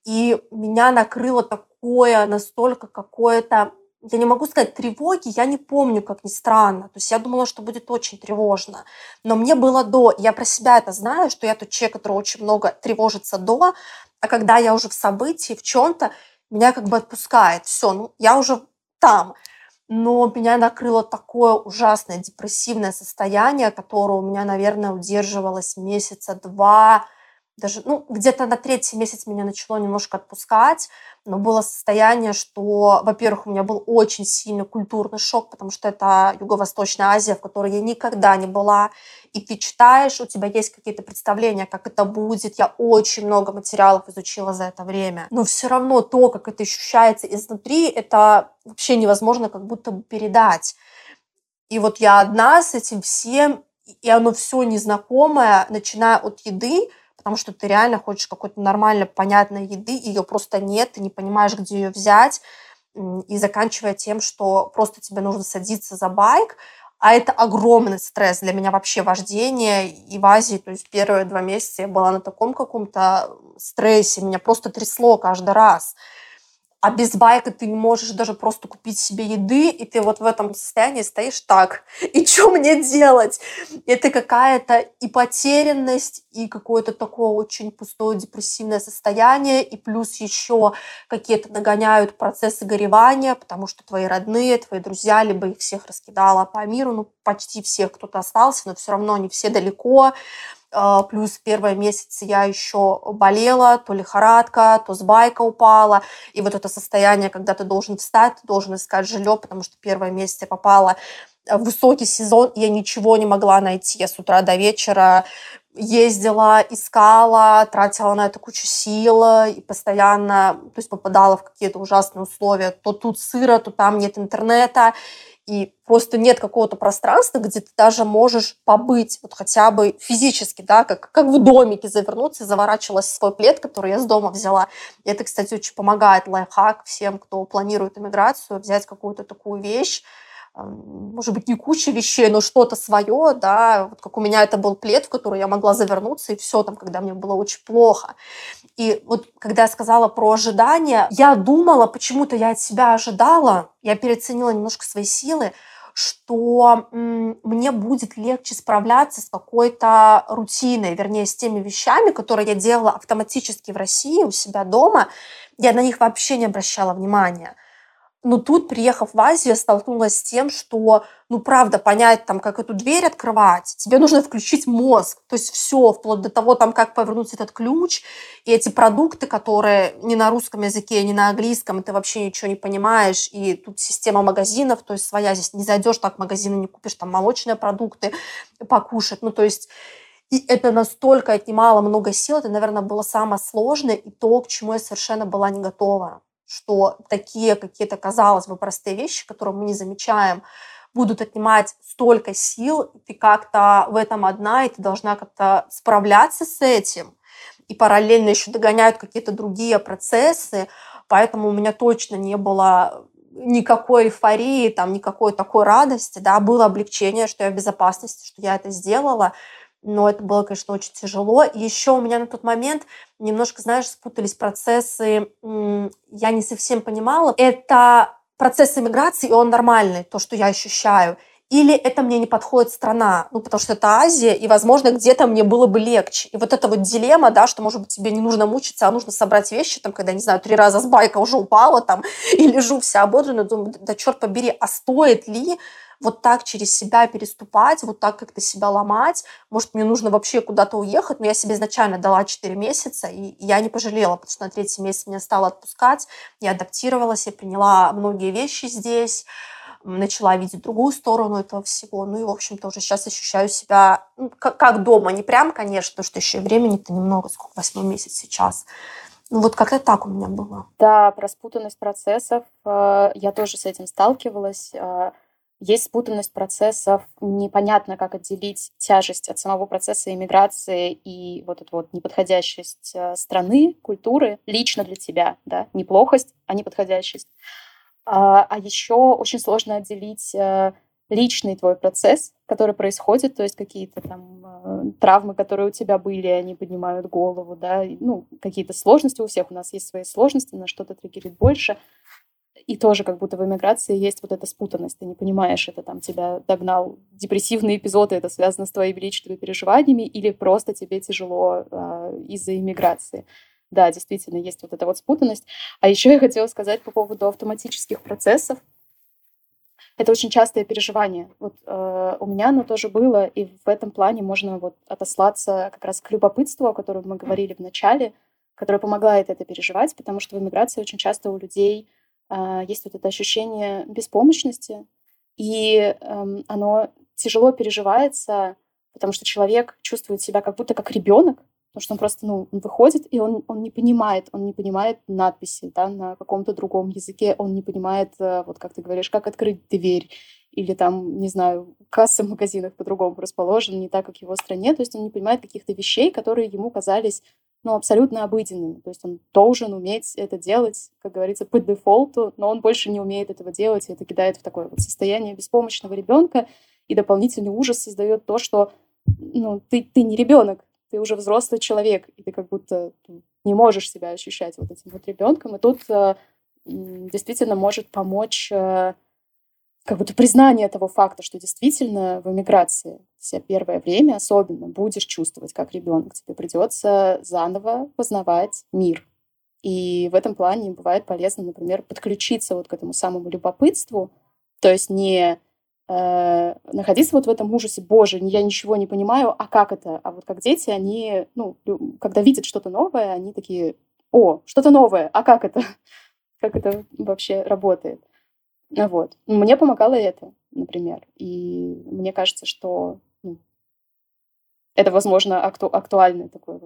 и меня накрыло такое настолько какое-то, я не могу сказать тревоги, я не помню, как ни странно. То есть я думала, что будет очень тревожно. Но мне было до. Я про себя это знаю, что я тот человек, который очень много тревожится до, а когда я уже в событии, в чем-то, меня как бы отпускает. Все, ну, я уже там. Но меня накрыло такое ужасное депрессивное состояние, которое у меня, наверное, удерживалось месяца два, даже, ну, где-то на третий месяц меня начало немножко отпускать, но было состояние, что, во-первых, у меня был очень сильный культурный шок, потому что это Юго-Восточная Азия, в которой я никогда не была, и ты читаешь, у тебя есть какие-то представления, как это будет. Я очень много материалов изучила за это время, но все равно то, как это ощущается изнутри, это вообще невозможно как будто бы передать. И вот я одна с этим всем, и оно все незнакомое, начиная от еды, потому что ты реально хочешь какой-то нормально понятной еды, ее просто нет, ты не понимаешь, где ее взять, и заканчивая тем, что просто тебе нужно садиться за байк, а это огромный стресс для меня вообще вождение и в Азии, то есть первые 2 месяца я была на таком каком-то стрессе, меня просто трясло каждый раз. А без байка ты не можешь даже просто купить себе еды, и ты вот в этом состоянии стоишь так. И что мне делать? Это какая-то и потерянность, и какое-то такое очень пустое депрессивное состояние, и плюс еще какие-то нагоняют процессы горевания, потому что твои родные, твои друзья, либо их всех раскидало по миру, ну, почти всех кто-то остался, но все равно они все далеко. Плюс первые месяцы я еще болела, то лихорадка, то с байка упала. И вот это состояние, когда ты должен встать, ты должен искать жилье, потому что первые месяцы я попала в высокий сезон, и я ничего не могла найти. Я с утра до вечера ездила, искала, тратила на это кучу сил и постоянно, то есть попадала в какие-то ужасные условия. То тут сыро, то там нет интернета. И просто нет какого-то пространства, где ты даже можешь побыть, вот хотя бы физически, да, как в домике завернуться, заворачивалась в свой плед, который я с дома взяла. И это, кстати, очень помогает, лайфхак всем, кто планирует эмиграцию, взять какую-то такую вещь, может быть, не куча вещей, но что-то свое, да, вот как у меня это был плед, в который я могла завернуться, и все там, когда мне было очень плохо. И вот когда я сказала про ожидания, я думала, почему-то я от себя ожидала, я переоценила немножко свои силы, что мне будет легче справляться с какой-то рутиной, вернее, с теми вещами, которые я делала автоматически в России у себя дома. Я на них вообще не обращала внимания. Но тут, приехав в Азию, я столкнулась с тем, что, ну, правда, понять, там, как эту дверь открывать, тебе нужно включить мозг. То есть все, вплоть до того, там, как повернуть этот ключ, и эти продукты, которые не на русском языке, не на английском, и ты вообще ничего не понимаешь, и тут система магазинов, то есть своя, здесь не зайдешь так в магазины, не купишь там молочные продукты покушать. Ну, то есть и это настолько отнимало много сил, это, наверное, было самое сложное, и то, к чему я совершенно была не готова, что такие какие-то, казалось бы, простые вещи, которые мы не замечаем, будут отнимать столько сил, и ты как-то в этом одна, и ты должна как-то справляться с этим. И параллельно еще догоняют какие-то другие процессы, поэтому у меня точно не было никакой эйфории, там, никакой такой радости, да, было облегчение, что я в безопасности, что я это сделала, но это было, конечно, очень тяжело. И еще у меня на тот момент немножко, знаешь, спутались процессы, я не совсем понимала, это процесс иммиграции, и он нормальный, то, что я ощущаю, или это мне не подходит страна, ну, потому что это Азия, и, возможно, где-то мне было бы легче. И вот эта вот дилемма, да, что, может быть, тебе не нужно мучиться, а нужно собрать вещи, там, когда, не знаю, 3 раза с байка уже упала, там, и лежу вся ободренная, думаю, да черт побери, а стоит ли вот так через себя переступать, вот так как-то себя ломать? Может, мне нужно вообще куда-то уехать? Но я себе изначально дала 4 месяца, и я не пожалела, потому что на 3-й месяц меня стало отпускать, я адаптировалась, я приняла многие вещи здесь, начала видеть другую сторону этого всего. Ну и, в общем-то, уже сейчас ощущаю себя как дома. Не прям, конечно, потому что еще и времени-то немного, сколько, 8 месяц сейчас. Ну вот как-то так у меня было. Да, про спутанность процессов я тоже с этим сталкивалась. Есть спутанность процессов, непонятно, как отделить тяжесть от самого процесса иммиграции и вот эту вот неподходящесть страны, культуры лично для тебя, да, не плохость, а неподходящесть. А еще очень сложно отделить личный твой процесс, который происходит, то есть какие-то там травмы, которые у тебя были, они поднимают голову, да, ну, какие-то сложности у всех, у нас есть свои сложности, на что-то триггерит больше. И тоже как будто в эмиграции есть вот эта спутанность. Ты не понимаешь, это там тебя догнал депрессивный эпизод, и это связано с твоими личными переживаниями, или просто тебе тяжело из-за иммиграции. Да, действительно, есть вот эта вот спутанность. А еще я хотела сказать по поводу автоматических процессов. Это очень частое переживание. Вот у меня оно тоже было, и в этом плане можно вот отослаться как раз к любопытству, о котором мы говорили в начале, которое помогает это переживать, потому что в эмиграции очень часто у людей есть вот это ощущение беспомощности, и оно тяжело переживается, потому что человек чувствует себя как будто как ребенок, потому что он просто, он выходит, и он не понимает надписи, да, на каком-то другом языке, он не понимает, вот как ты говоришь, как открыть дверь, или там, не знаю, кассы в магазинах по-другому расположены, не так, как в его стране, то есть он не понимает каких-то вещей, которые ему казались, абсолютно обыденными, то есть он должен уметь это делать, как говорится, по дефолту, но он больше не умеет этого делать, и это кидает в такое вот состояние беспомощного ребенка, и дополнительный ужас создает то, что, ты не ребенок, ты уже взрослый человек, и ты как будто не можешь себя ощущать вот этим вот ребенком. И тут действительно может помочь как будто признание того факта, что действительно в эмиграции себя первое время особенно будешь чувствовать как ребенок. Тебе придется заново познавать мир. И в этом плане бывает полезно, например, подключиться вот к этому самому любопытству, то есть не находиться вот в этом ужасе, боже, я ничего не понимаю, а как это? А вот как дети, они, когда видят что-то новое, они такие, о, что-то новое, а как это? Как это вообще работает? Вот. Мне помогало это, например. И мне кажется, что это, возможно, актуальный такой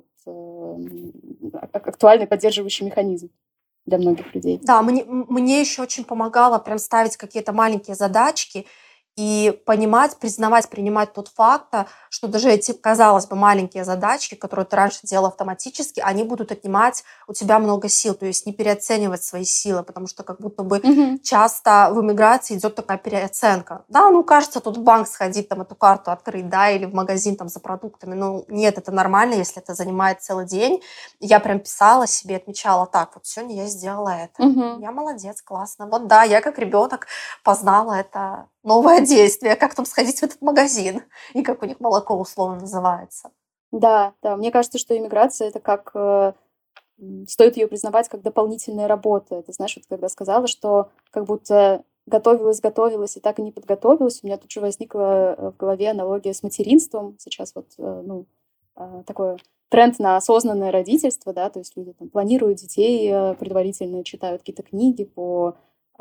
вот актуальный поддерживающий механизм для многих людей. Да, мне еще очень помогало прям ставить какие-то маленькие задачки и понимать, признавать, принимать тот факт, что даже эти, казалось бы, маленькие задачки, которые ты раньше делал автоматически, они будут отнимать у тебя много сил, то есть не переоценивать свои силы, потому что как будто бы часто в эмиграции идет такая переоценка. Да, кажется, тут в банк сходить, там эту карту открыть, да, или в магазин там за продуктами. Нет, это нормально, если это занимает целый день. Я прям писала себе, отмечала, так, вот сегодня я сделала это. Я молодец, классно. Вот да, я как ребенок познала это новое действие, как там сходить в этот магазин, и как у них молоко условно называется. Да, мне кажется, что иммиграция — это как... стоит ее признавать как дополнительная работа. Ты знаешь, вот когда сказала, что как будто готовилась и так и не подготовилась, у меня тут же возникла в голове аналогия с материнством. Сейчас вот, такой тренд на осознанное родительство, да, то есть люди там планируют детей предварительно, читают какие-то книги по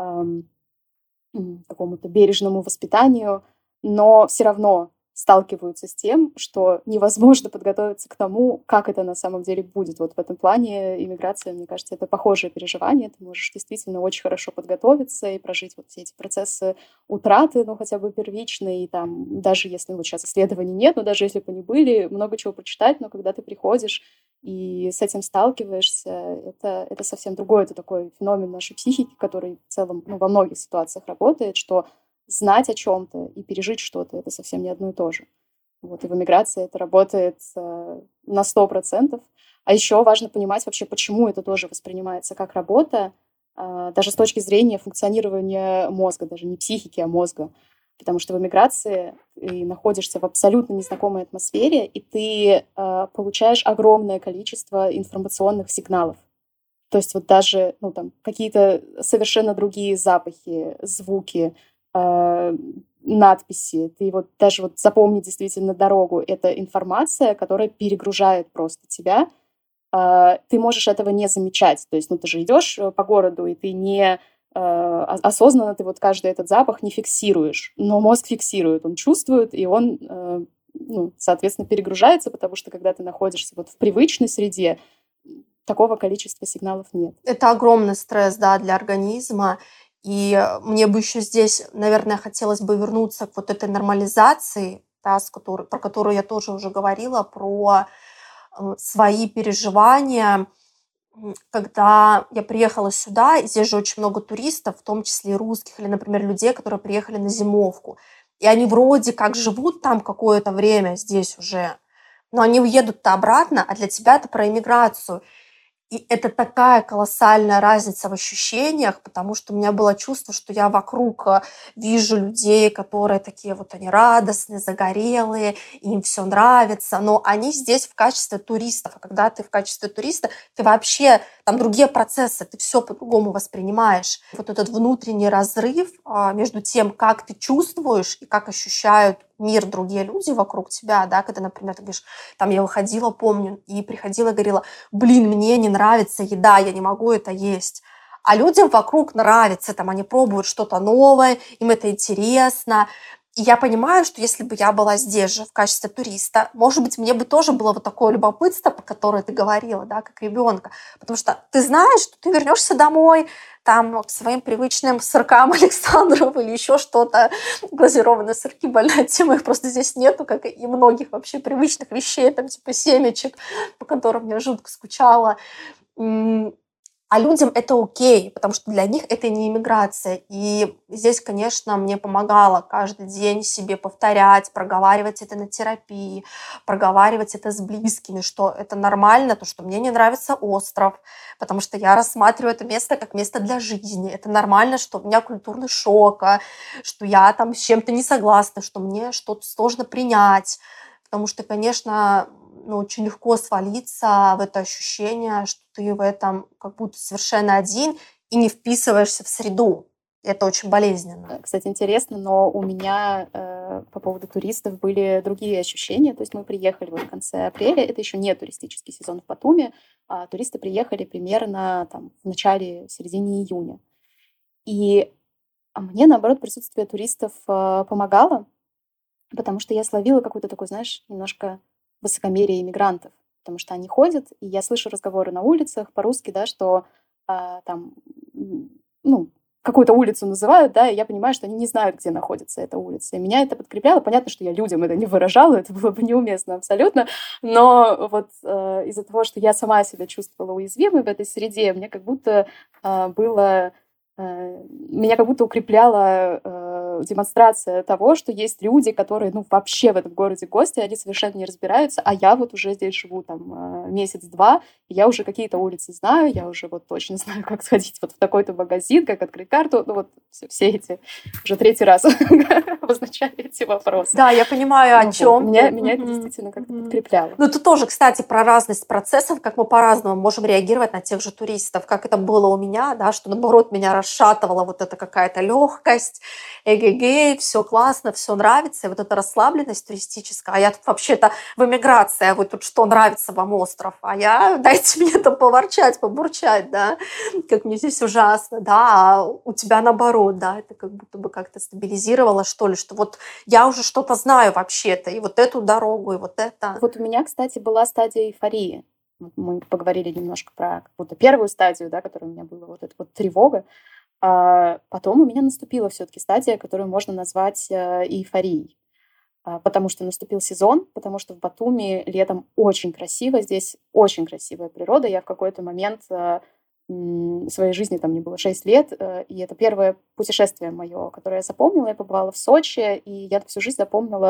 какому-то бережному воспитанию, но все равно сталкиваются с тем, что невозможно подготовиться к тому, как это на самом деле будет. Вот в этом плане иммиграция, мне кажется, это похожее переживание. Ты можешь действительно очень хорошо подготовиться и прожить вот все эти процессы утраты, хотя бы первичные, и там, даже если вот сейчас исследований нет, но даже если бы они были, много чего прочитать, но когда ты приходишь и с этим сталкиваешься, это совсем другое. Это такой феномен нашей психики, который в целом во многих ситуациях работает, что знать о чем-то и пережить что-то — это совсем не одно и то же. Вот, и в эмиграции это работает на 100%. А еще важно понимать вообще, почему это тоже воспринимается как работа, даже с точки зрения функционирования мозга, даже не психики, а мозга. Потому что в эмиграции ты находишься в абсолютно незнакомой атмосфере, и ты получаешь огромное количество информационных сигналов. То есть вот даже какие-то совершенно другие запахи, звуки, надписи. Ты вот даже вот запомни действительно дорогу. Это информация, которая перегружает просто тебя. Ты можешь этого не замечать. То есть, ты же идешь по городу, и ты не осознанно ты вот каждый этот запах не фиксируешь. Но мозг фиксирует, он чувствует, и он, соответственно, перегружается, потому что когда ты находишься вот в привычной среде, такого количества сигналов нет. Это огромный стресс, да, для организма. И мне бы еще здесь, наверное, хотелось бы вернуться к вот этой нормализации, да, про которую я тоже уже говорила, про свои переживания, когда я приехала сюда, и здесь же очень много туристов, в том числе и русских, или, например, людей, которые приехали на зимовку. И они вроде как живут там какое-то время здесь уже, но они уедут-то обратно, а для тебя это про иммиграцию. И это такая колоссальная разница в ощущениях, потому что у меня было чувство, что я вокруг вижу людей, которые такие вот они радостные, загорелые, им все нравится, но они здесь в качестве туристов. А когда ты в качестве туриста, ты вообще, там другие процессы, ты все по-другому воспринимаешь. Вот этот внутренний разрыв между тем, как ты чувствуешь и как ощущают мир другие люди вокруг тебя, да, когда, например, ты говоришь, там я выходила, помню, и приходила и говорила, блин, мне не нравится еда, я не могу это есть. А людям вокруг нравится, там они пробуют что-то новое, им это интересно. И я понимаю, что если бы я была здесь же в качестве туриста, может быть, мне бы тоже было вот такое любопытство, по которое ты говорила, да, как ребенка. Потому что ты знаешь, что ты вернешься домой, там, к своим привычным сыркам Александров или еще что-то, глазированные сырки, больная тема, их просто здесь нету, как и многих вообще привычных вещей, там, типа семечек, по которым я жутко скучала. А людям это окей, потому что для них это не иммиграция. И здесь, конечно, мне помогало каждый день себе повторять, проговаривать это на терапии, проговаривать это с близкими, что это нормально, то, что мне не нравится остров, потому что я рассматриваю это место как место для жизни. Это нормально, что у меня культурный шок, что я там с чем-то не согласна, что мне что-то сложно принять. Потому что, конечно, очень легко свалиться в это ощущение, что ты в этом как будто совершенно один и не вписываешься в среду. Это очень болезненно. Кстати, интересно, но у меня по поводу туристов были другие ощущения. То есть мы приехали в конце апреля, это еще не туристический сезон в Батуми, а туристы приехали примерно в начале-середине июня. И мне, наоборот, присутствие туристов помогало, потому что я словила какой-то такой, знаешь, немножко высокомерие иммигрантов, потому что они ходят, и я слышу разговоры на улицах по-русски, да, что какую-то улицу называют, да, и я понимаю, что они не знают, где находится эта улица. И меня это подкрепляло. Понятно, что я людям это не выражала, это было бы неуместно абсолютно, но вот из-за того, что я сама себя чувствовала уязвимой в этой среде, мне как будто меня как будто укрепляла демонстрация того, что есть люди, которые, вообще в этом городе гости, они совершенно не разбираются, а я вот уже здесь живу месяц-два, и я уже какие-то улицы знаю, я уже вот точно знаю, как сходить вот в такой-то магазин, как открыть карту, все эти, уже третий раз обозначаю эти вопросы. Да, я понимаю, о чем. Меня это действительно как-то подкрепляло. Тут тоже, кстати, про разность процессов, как мы по-разному можем реагировать на тех же туристов, как это было у меня, да, что, наоборот, меня расшатывала вот эта какая-то легкость, эгегей, все классно, все нравится, и вот эта расслабленность туристическая, а я тут вообще-то в эмиграции, а вы тут что, нравится вам остров, а я, дайте мне там поворчать, побурчать, да, как мне здесь ужасно, да, а у тебя наоборот, да, это как будто бы как-то стабилизировало, что ли, что вот я уже что-то знаю вообще-то, и вот эту дорогу, и вот это. Вот у меня, кстати, была стадия эйфории. Мы поговорили немножко про какую-то первую стадию, да, которая у меня была, вот эта вот тревога. А потом у меня наступила все-таки стадия, которую можно назвать эйфорией. Потому что наступил сезон, потому что в Батуми летом очень красиво, здесь очень красивая природа. Я в какой-то момент своей жизни, там мне было 6 лет, и это первое путешествие мое, которое я запомнила. Я побывала в Сочи, и я всю жизнь запомнила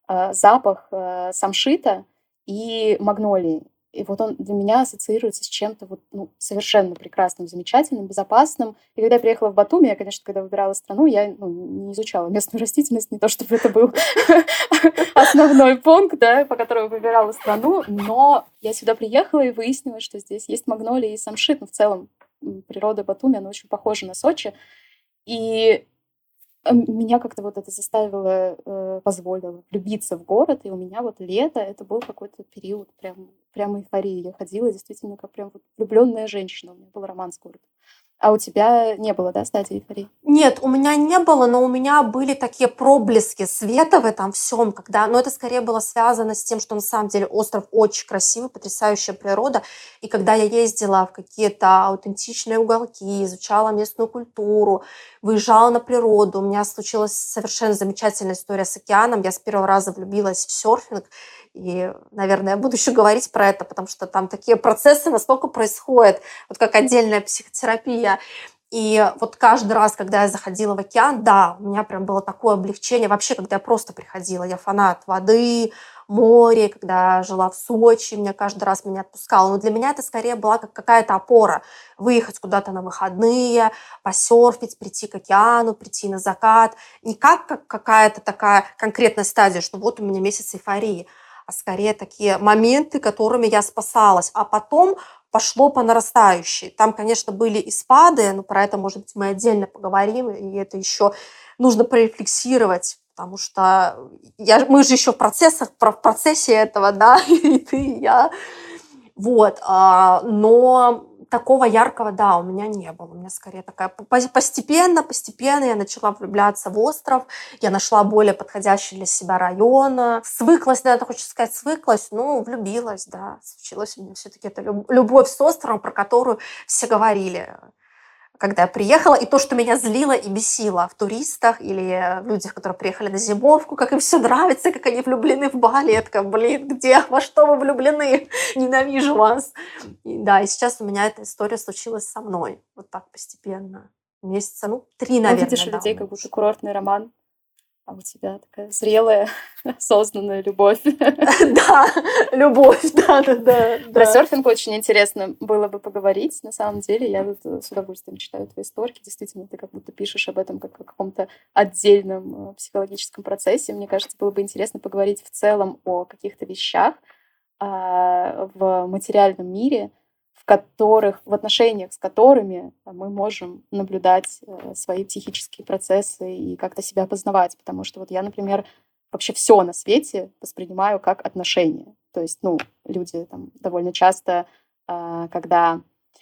запах самшита и магнолии. И вот он для меня ассоциируется с чем-то вот, совершенно прекрасным, замечательным, безопасным. И когда я приехала в Батуми, я, конечно, когда выбирала страну, я не изучала местную растительность, не то чтобы это был основной пункт, да, по которому выбирала страну, но я сюда приехала и выяснила, что здесь есть магнолия и самшит. Но в целом природа Батуми, она очень похожа на Сочи. И меня как-то вот это заставило, позволило влюбиться в город, и у меня вот лето, это был какой-то период прям эйфории. Я ходила действительно как прям вот влюбленная женщина, у меня был роман с городом. А у тебя не было, да, стадии эйфории? Нет, у меня не было, но у меня были такие проблески света в этом всем, когда, но это скорее было связано с тем, что на самом деле остров очень красивый, потрясающая природа, и когда я ездила в какие-то аутентичные уголки, изучала местную культуру, выезжала на природу, у меня случилась совершенно замечательная история с океаном, я с первого раза влюбилась в серфинг, и, наверное, я буду еще говорить про это, потому что там такие процессы настолько происходят, вот как отдельная психотерапия. И вот каждый раз, когда я заходила в океан, да, у меня прям было такое облегчение. Вообще, когда я просто приходила, я фанат воды, моря, когда жила в Сочи, меня каждый раз меня отпускало. Но для меня это скорее была как какая-то опора. Выехать куда-то на выходные, посерфить, прийти к океану, прийти на закат. Не как какая-то такая конкретная стадия, что вот у меня месяц эйфории, а скорее такие моменты, которыми я спасалась. А потом пошло по нарастающей. Там, конечно, были и спады, но про это, может быть, мы отдельно поговорим, и это еще нужно порефлексировать, потому что мы же еще в процессе этого, да, и ты, и я. Вот, но такого яркого, да, у меня не было. У меня скорее такая постепенно я начала влюбляться в остров, я нашла более подходящий для себя район, свыклась, наверное, хочется сказать, свыклась, ну, влюбилась, да, случилась у меня все-таки эта любовь с островом, про которую все говорили, когда я приехала, и то, что меня злило и бесило в туристах или в людях, которые приехали на зимовку, как им все нравится, как они влюблены в Бали. Я такая, блин, где, во что вы влюблены? Ненавижу вас. И, да, и сейчас у меня эта история случилась со мной. Вот так постепенно. Месяца, 3, Ну, наверное, видишь, у да, людей у как меня будто ушло. курортный роман, а у тебя такая зрелая, осознанная любовь. Да, любовь, да. Про серфинг очень интересно было бы поговорить. На самом деле, я вот с удовольствием читаю твои истории. Действительно, ты как будто пишешь об этом как о каком-то отдельном психологическом процессе. Мне кажется, было бы интересно поговорить в целом о каких-то вещах в материальном мире, в отношениях с которыми мы можем наблюдать свои психические процессы и как-то себя познавать. Потому что вот я, например, вообще все на свете воспринимаю как отношения. То есть, люди там довольно часто, когда,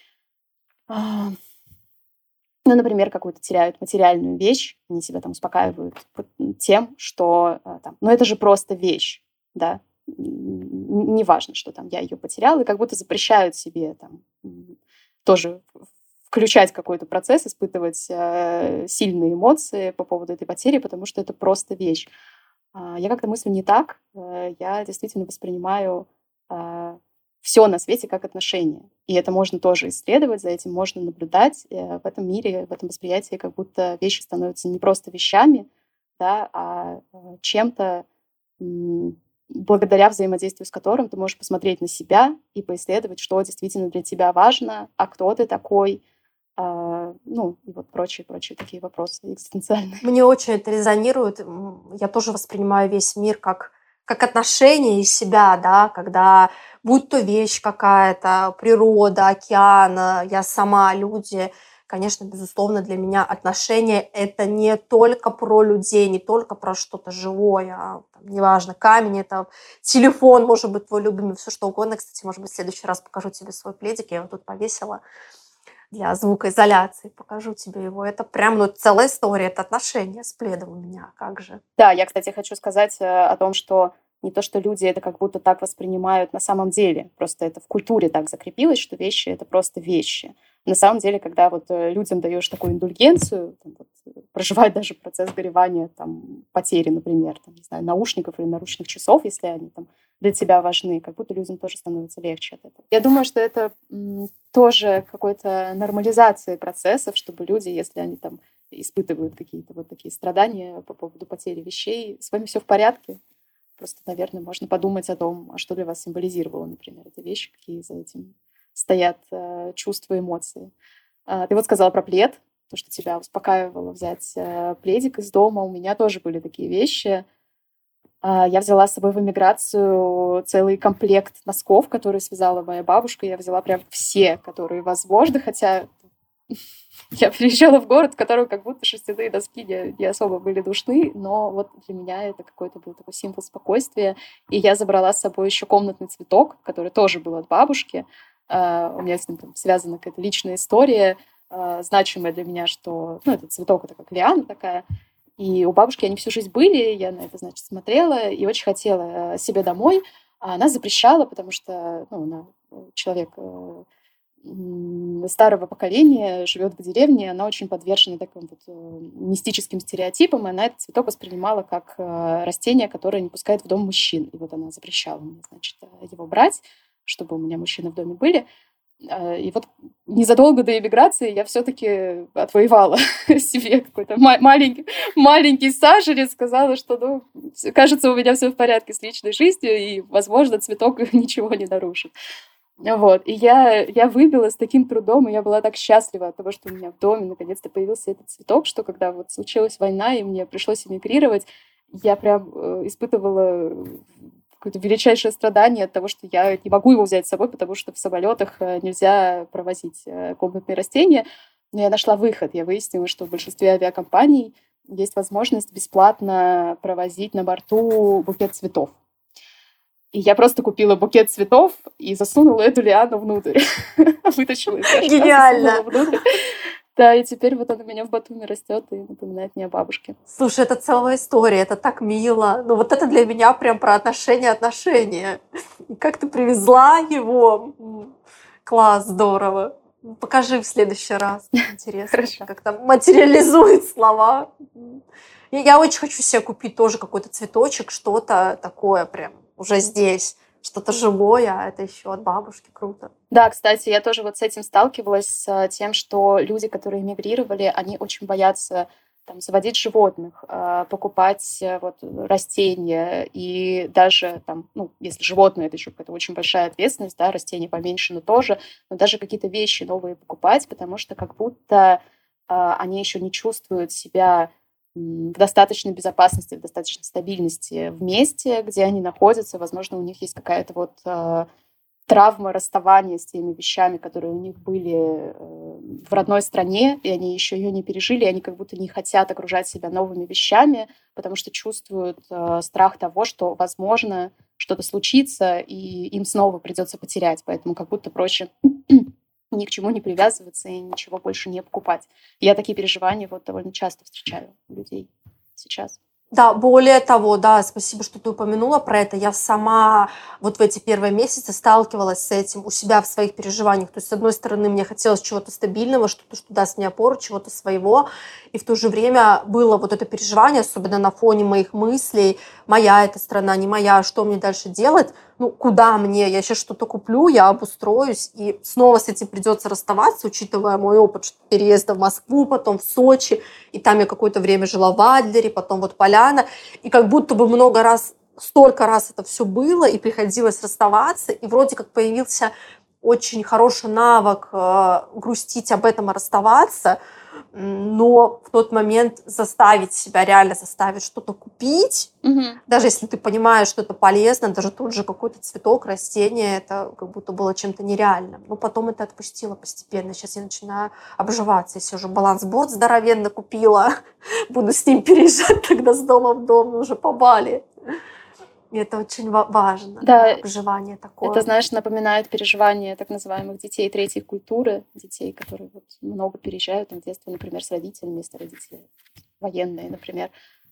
например, какую-то теряют материальную вещь, они себя там успокаивают тем, что это же просто вещь, да, неважно, что там я ее потеряла, и как будто запрещают себе там тоже включать какой-то процесс, испытывать сильные эмоции по поводу этой потери, потому что это просто вещь. Я как-то мыслю не так. Я действительно воспринимаю все на свете как отношения. И это можно тоже исследовать, за этим можно наблюдать. В этом мире, в этом восприятии как будто вещи становятся не просто вещами, да, а чем-то, благодаря взаимодействию с которым ты можешь посмотреть на себя и поисследовать, что действительно для тебя важно, а кто ты такой, и вот прочие такие вопросы экзистенциальные. Мне очень это резонирует. Я тоже воспринимаю весь мир как отношение из себя, да, когда будь то вещь какая-то, природа, океан, я сама, люди, конечно, безусловно, для меня отношения – это не только про людей, не только про что-то живое, неважно, камень – это телефон, может быть, твой любимый, все что угодно. Кстати, может быть, в следующий раз покажу тебе свой пледик, я его тут повесила для звукоизоляции, покажу тебе его. Это прям, целая история, это отношения с пледом у меня, как же. Да, я, кстати, хочу сказать о том, что не то, что люди это как будто так воспринимают на самом деле, просто это в культуре так закрепилось, что вещи — это просто вещи. На самом деле, когда вот людям даешь такую индульгенцию, проживать даже процесс горевания, потери, например, не знаю, наушников или наручных часов, если они для тебя важны, как будто людям тоже становится легче от этого. Я думаю, что это тоже какой-то нормализации процессов, чтобы люди, если они испытывают какие-то вот такие страдания по поводу потери вещей, с вами все в порядке. Просто, наверное, можно подумать о том, а что для вас символизировало, например, эта вещь, какие за этим стоят чувства, эмоции. Ты вот сказала про плед, то, что тебя успокаивало взять пледик из дома. У меня тоже были такие вещи. Я взяла с собой в эмиграцию целый комплект носков, которые связала моя бабушка. Я взяла прям все, которые возможны, хотя я приезжала в город, в котором как будто шерстяные носки не особо были нужны, но вот для меня это какой-то был такой символ спокойствия. И я забрала с собой еще комнатный цветок, который тоже был от бабушки. У меня с ним там связана какая-то личная история, значимая для меня, что этот цветок — это как лиана такая. И у бабушки они всю жизнь были, я на это, значит, смотрела и очень хотела себе домой. А она запрещала, потому что она человек старого поколения, живет в деревне, она очень подвержена таким вот мистическим стереотипам, и она этот цветок воспринимала как растение, которое не пускает в дом мужчин. И вот она запрещала мне, значит, его брать, чтобы у меня мужчины в доме были. И вот незадолго до эмиграции я все-таки отвоевала себе какой-то маленький саженец, сказала, что, кажется, у меня все в порядке с личной жизнью, и, возможно, цветок ничего не нарушит. Вот. И я выбила с таким трудом, и я была так счастлива от того, что у меня в доме наконец-то появился этот цветок, что когда вот случилась война, и мне пришлось эмигрировать, я прям испытывала какое-то величайшее страдание от того, что я не могу его взять с собой, потому что в самолетах нельзя провозить комнатные растения. Но я нашла выход. Я выяснила, что в большинстве авиакомпаний есть возможность бесплатно провозить на борту букет цветов. И я просто купила букет цветов и засунула эту лиану внутрь. Вытащила из горшка, засунула внутрь. Да, и теперь вот он у меня в Батуми растет и напоминает мне о бабушке. Слушай, это целая история, это так мило. Ну вот это для меня прям про отношения. И как ты привезла его? Класс, здорово. Покажи в следующий раз. Интересно, Хорошо. как там материализует слова. Я очень хочу себе купить тоже какой-то цветочек, что-то такое прям уже здесь. Что-то живое, а это еще от бабушки. Круто. Да, кстати, я тоже вот с этим сталкивалась, с тем, что люди, которые эмигрировали, они очень боятся заводить животных, покупать вот растения, и даже если животное — это еще какая-то очень большая ответственность, да, растения поменьше, но тоже, но даже какие-то вещи новые покупать, потому что как будто они еще не чувствуют себя в достаточной безопасности, в достаточной стабильности в месте, где они находятся. Возможно, у них есть какая-то вот травма расставания с теми вещами, которые у них были в родной стране, и они еще ее не пережили, и они как будто не хотят окружать себя новыми вещами, потому что чувствуют страх того, что, возможно, что-то случится, и им снова придется потерять. Поэтому как будто проще ни к чему не привязываться и ничего больше не покупать. Я такие переживания вот довольно часто встречаю у людей сейчас. Да, более того, да, спасибо, что ты упомянула про это. Я сама вот в эти первые месяцы сталкивалась с этим у себя в своих переживаниях. То есть, с одной стороны, мне хотелось чего-то стабильного, что-то, что даст мне опору, чего-то своего. И в то же время было вот это переживание, особенно на фоне моих мыслей. Моя эта страна, не моя, что мне дальше делать? Куда мне? Я сейчас что-то куплю, я обустроюсь, и снова с этим придется расставаться, учитывая мой опыт переезда в Москву, потом в Сочи, и там я какое-то время жила в Адлере, потом вот Поляна, и как будто бы столько раз это все было, и приходилось расставаться, и вроде как появился очень хороший навык грустить об этом и расставаться, но в тот момент реально заставить что-то купить, даже если ты понимаешь, что это полезно, даже тот же какой-то цветок, растение, это как будто было чем-то нереальным. Но потом это отпустила постепенно. Сейчас я начинаю обживаться. Если уже балансборд здоровенно купила, буду с ним переезжать тогда с дома в дом, уже по Бали. И это очень важно, да, обживание такое. Это, знаешь, напоминает переживания так называемых детей третьей культуры, детей, которые вот много переезжают в детстве, например, с родителями, если родители военные, например,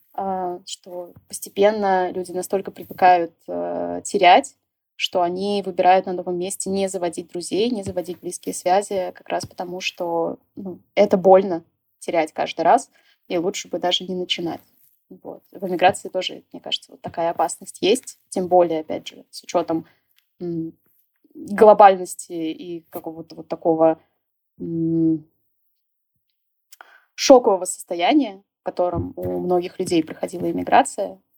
что постепенно люди настолько привыкают терять, что они выбирают на новом месте не заводить друзей, не заводить близкие связи, как раз потому, что это больно терять каждый раз, и лучше бы даже не начинать. Вот. В эмиграции тоже, мне кажется, вот такая опасность есть, тем более, опять же, с учетом глобальности и какого-то вот такого шокового состояния, в котором у многих людей проходила эмиграция.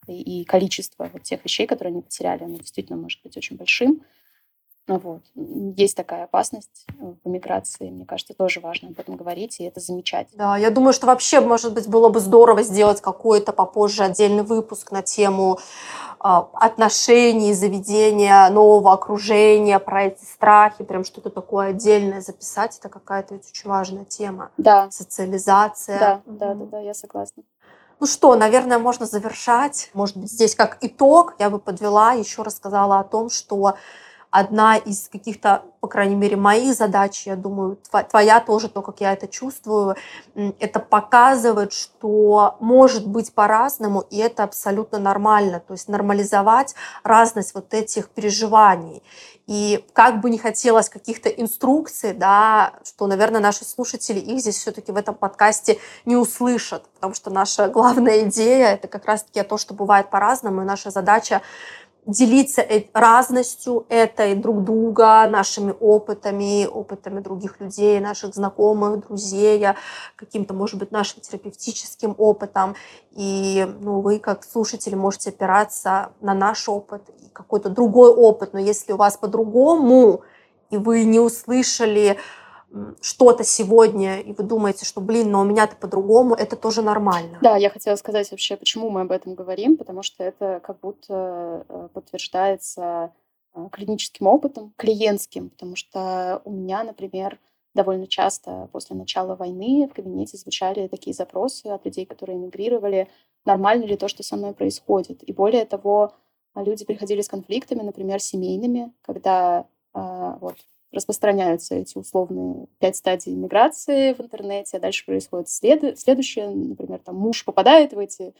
и количество вот тех вещей, которые они потеряли, оно действительно может быть очень большим. Вот. Есть такая опасность в эмиграции. Мне кажется, тоже важно об этом говорить и это замечать. Да, я думаю, что вообще, может быть, было бы здорово сделать какой-то попозже отдельный выпуск на тему отношений, заведения нового окружения, про эти страхи, прям что-то такое отдельное записать. Это какая-то ведь очень важная тема. Да. Социализация. Да, я согласна. Ну что, наверное, можно завершать. Может быть, здесь как итог я бы подвела, еще рассказала о том, что одна из каких-то, по крайней мере, моих задач, я думаю, твоя тоже, то, как я это чувствую, это показывать, что может быть по-разному, и это абсолютно нормально. То есть нормализовать разность вот этих переживаний. И как бы не хотелось каких-то инструкций, да, что, наверное, наши слушатели их здесь все-таки в этом подкасте не услышат, потому что наша главная идея – это как раз-таки то, что бывает по-разному, и наша задача делиться разностью этой друг друга, нашими опытами других людей, наших знакомых, друзей, каким-то, может быть, нашим терапевтическим опытом. И вы, как слушатели, можете опираться на наш опыт и какой-то другой опыт. Но если у вас по-другому, и вы не услышали что-то сегодня, и вы думаете, что, но у меня-то по-другому, это тоже нормально. Да, я хотела сказать вообще, почему мы об этом говорим, потому что это как будто подтверждается клиническим опытом, клиентским, потому что у меня, например, довольно часто после начала войны в кабинете звучали такие запросы от людей, которые эмигрировали, нормально ли то, что со мной происходит. И более того, люди приходили с конфликтами, например, семейными, когда распространяются эти условные 5 стадий миграции в интернете, а дальше происходит следующее, например, там муж попадает в эти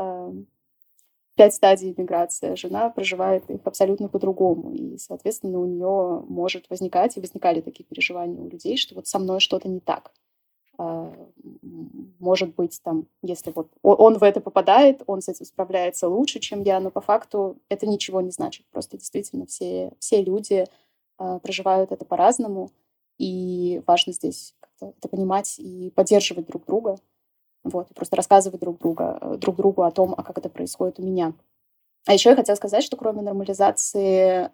5 стадий миграции, а жена проживает их абсолютно по-другому, и, соответственно, у нее может возникать, и возникали такие переживания у людей, что вот со мной что-то не так. Может быть, там, если вот он в это попадает, он с этим справляется лучше, чем я, но по факту это ничего не значит. Просто действительно все люди проживают это по-разному, и важно здесь как-то это понимать и поддерживать друг друга, и просто рассказывать друг другу о том, как это происходит у меня. А еще я хотела сказать, что кроме нормализации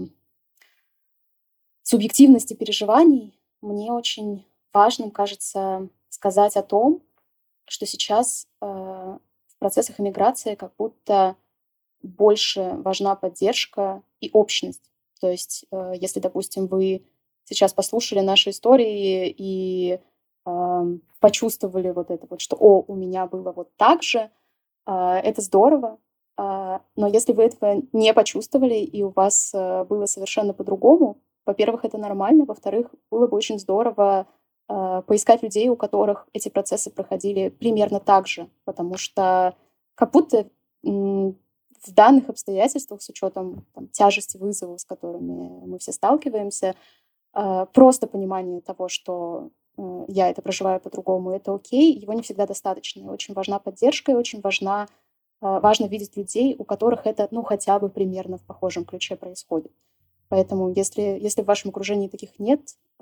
субъективности переживаний, мне очень важным кажется сказать о том, что сейчас в процессах эмиграции как будто больше важна поддержка и общность. То есть, если, допустим, вы сейчас послушали наши истории и почувствовали вот это вот, что у меня было вот так же, это здорово. Но если вы этого не почувствовали и у вас было совершенно по-другому, во-первых, это нормально, во-вторых, было бы очень здорово поискать людей, у которых эти процессы проходили примерно так же, потому что как будто в данных обстоятельствах, с учетом тяжести вызовов, с которыми мы все сталкиваемся, просто понимание того, что я это проживаю по-другому, это окей, его не всегда достаточно. Очень важна поддержка, и очень важно видеть людей, у которых это, хотя бы примерно в похожем ключе происходит. Поэтому, если в вашем окружении таких нет,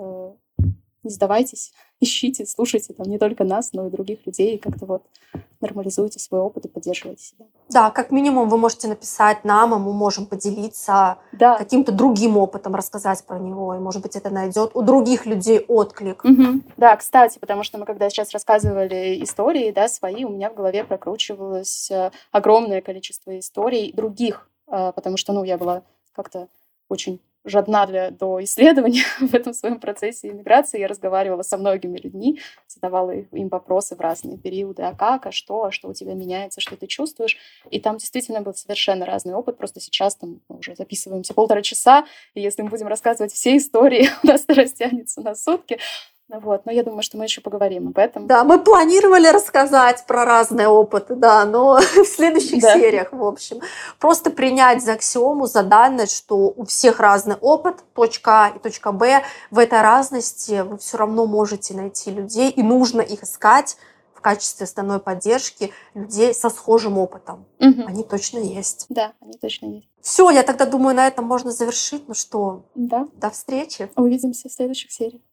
не сдавайтесь, ищите, слушайте не только нас, но и других людей, и как-то нормализуйте свой опыт и поддерживайте себя. Да, как минимум вы можете написать нам, и мы можем поделиться каким-то другим опытом, рассказать про него, и, может быть, это найдет у других людей отклик. Угу. Да, кстати, потому что мы, когда сейчас рассказывали истории, свои, у меня в голове прокручивалось огромное количество историй других, потому что, я была как-то очень жадна до исследования в этом своем процессе иммиграции. Я разговаривала со многими людьми, задавала им вопросы в разные периоды. А что у тебя меняется, что ты чувствуешь? И там действительно был совершенно разный опыт. Просто сейчас мы уже записываемся 1,5 часа, и если мы будем рассказывать все истории, у нас это растянется на сутки. Но я думаю, что мы еще поговорим об этом. Да, мы планировали рассказать про разные опыты, но в следующих сериях, в общем. Просто принять за аксиому, за данность, что у всех разный опыт, точка А и точка Б. В этой разности вы все равно можете найти людей, и нужно их искать в качестве основной поддержки людей со схожим опытом. Угу. Они точно есть. Да, они точно есть. Все, я тогда думаю, на этом можно завершить. Ну что, да. До встречи. Увидимся в следующих сериях.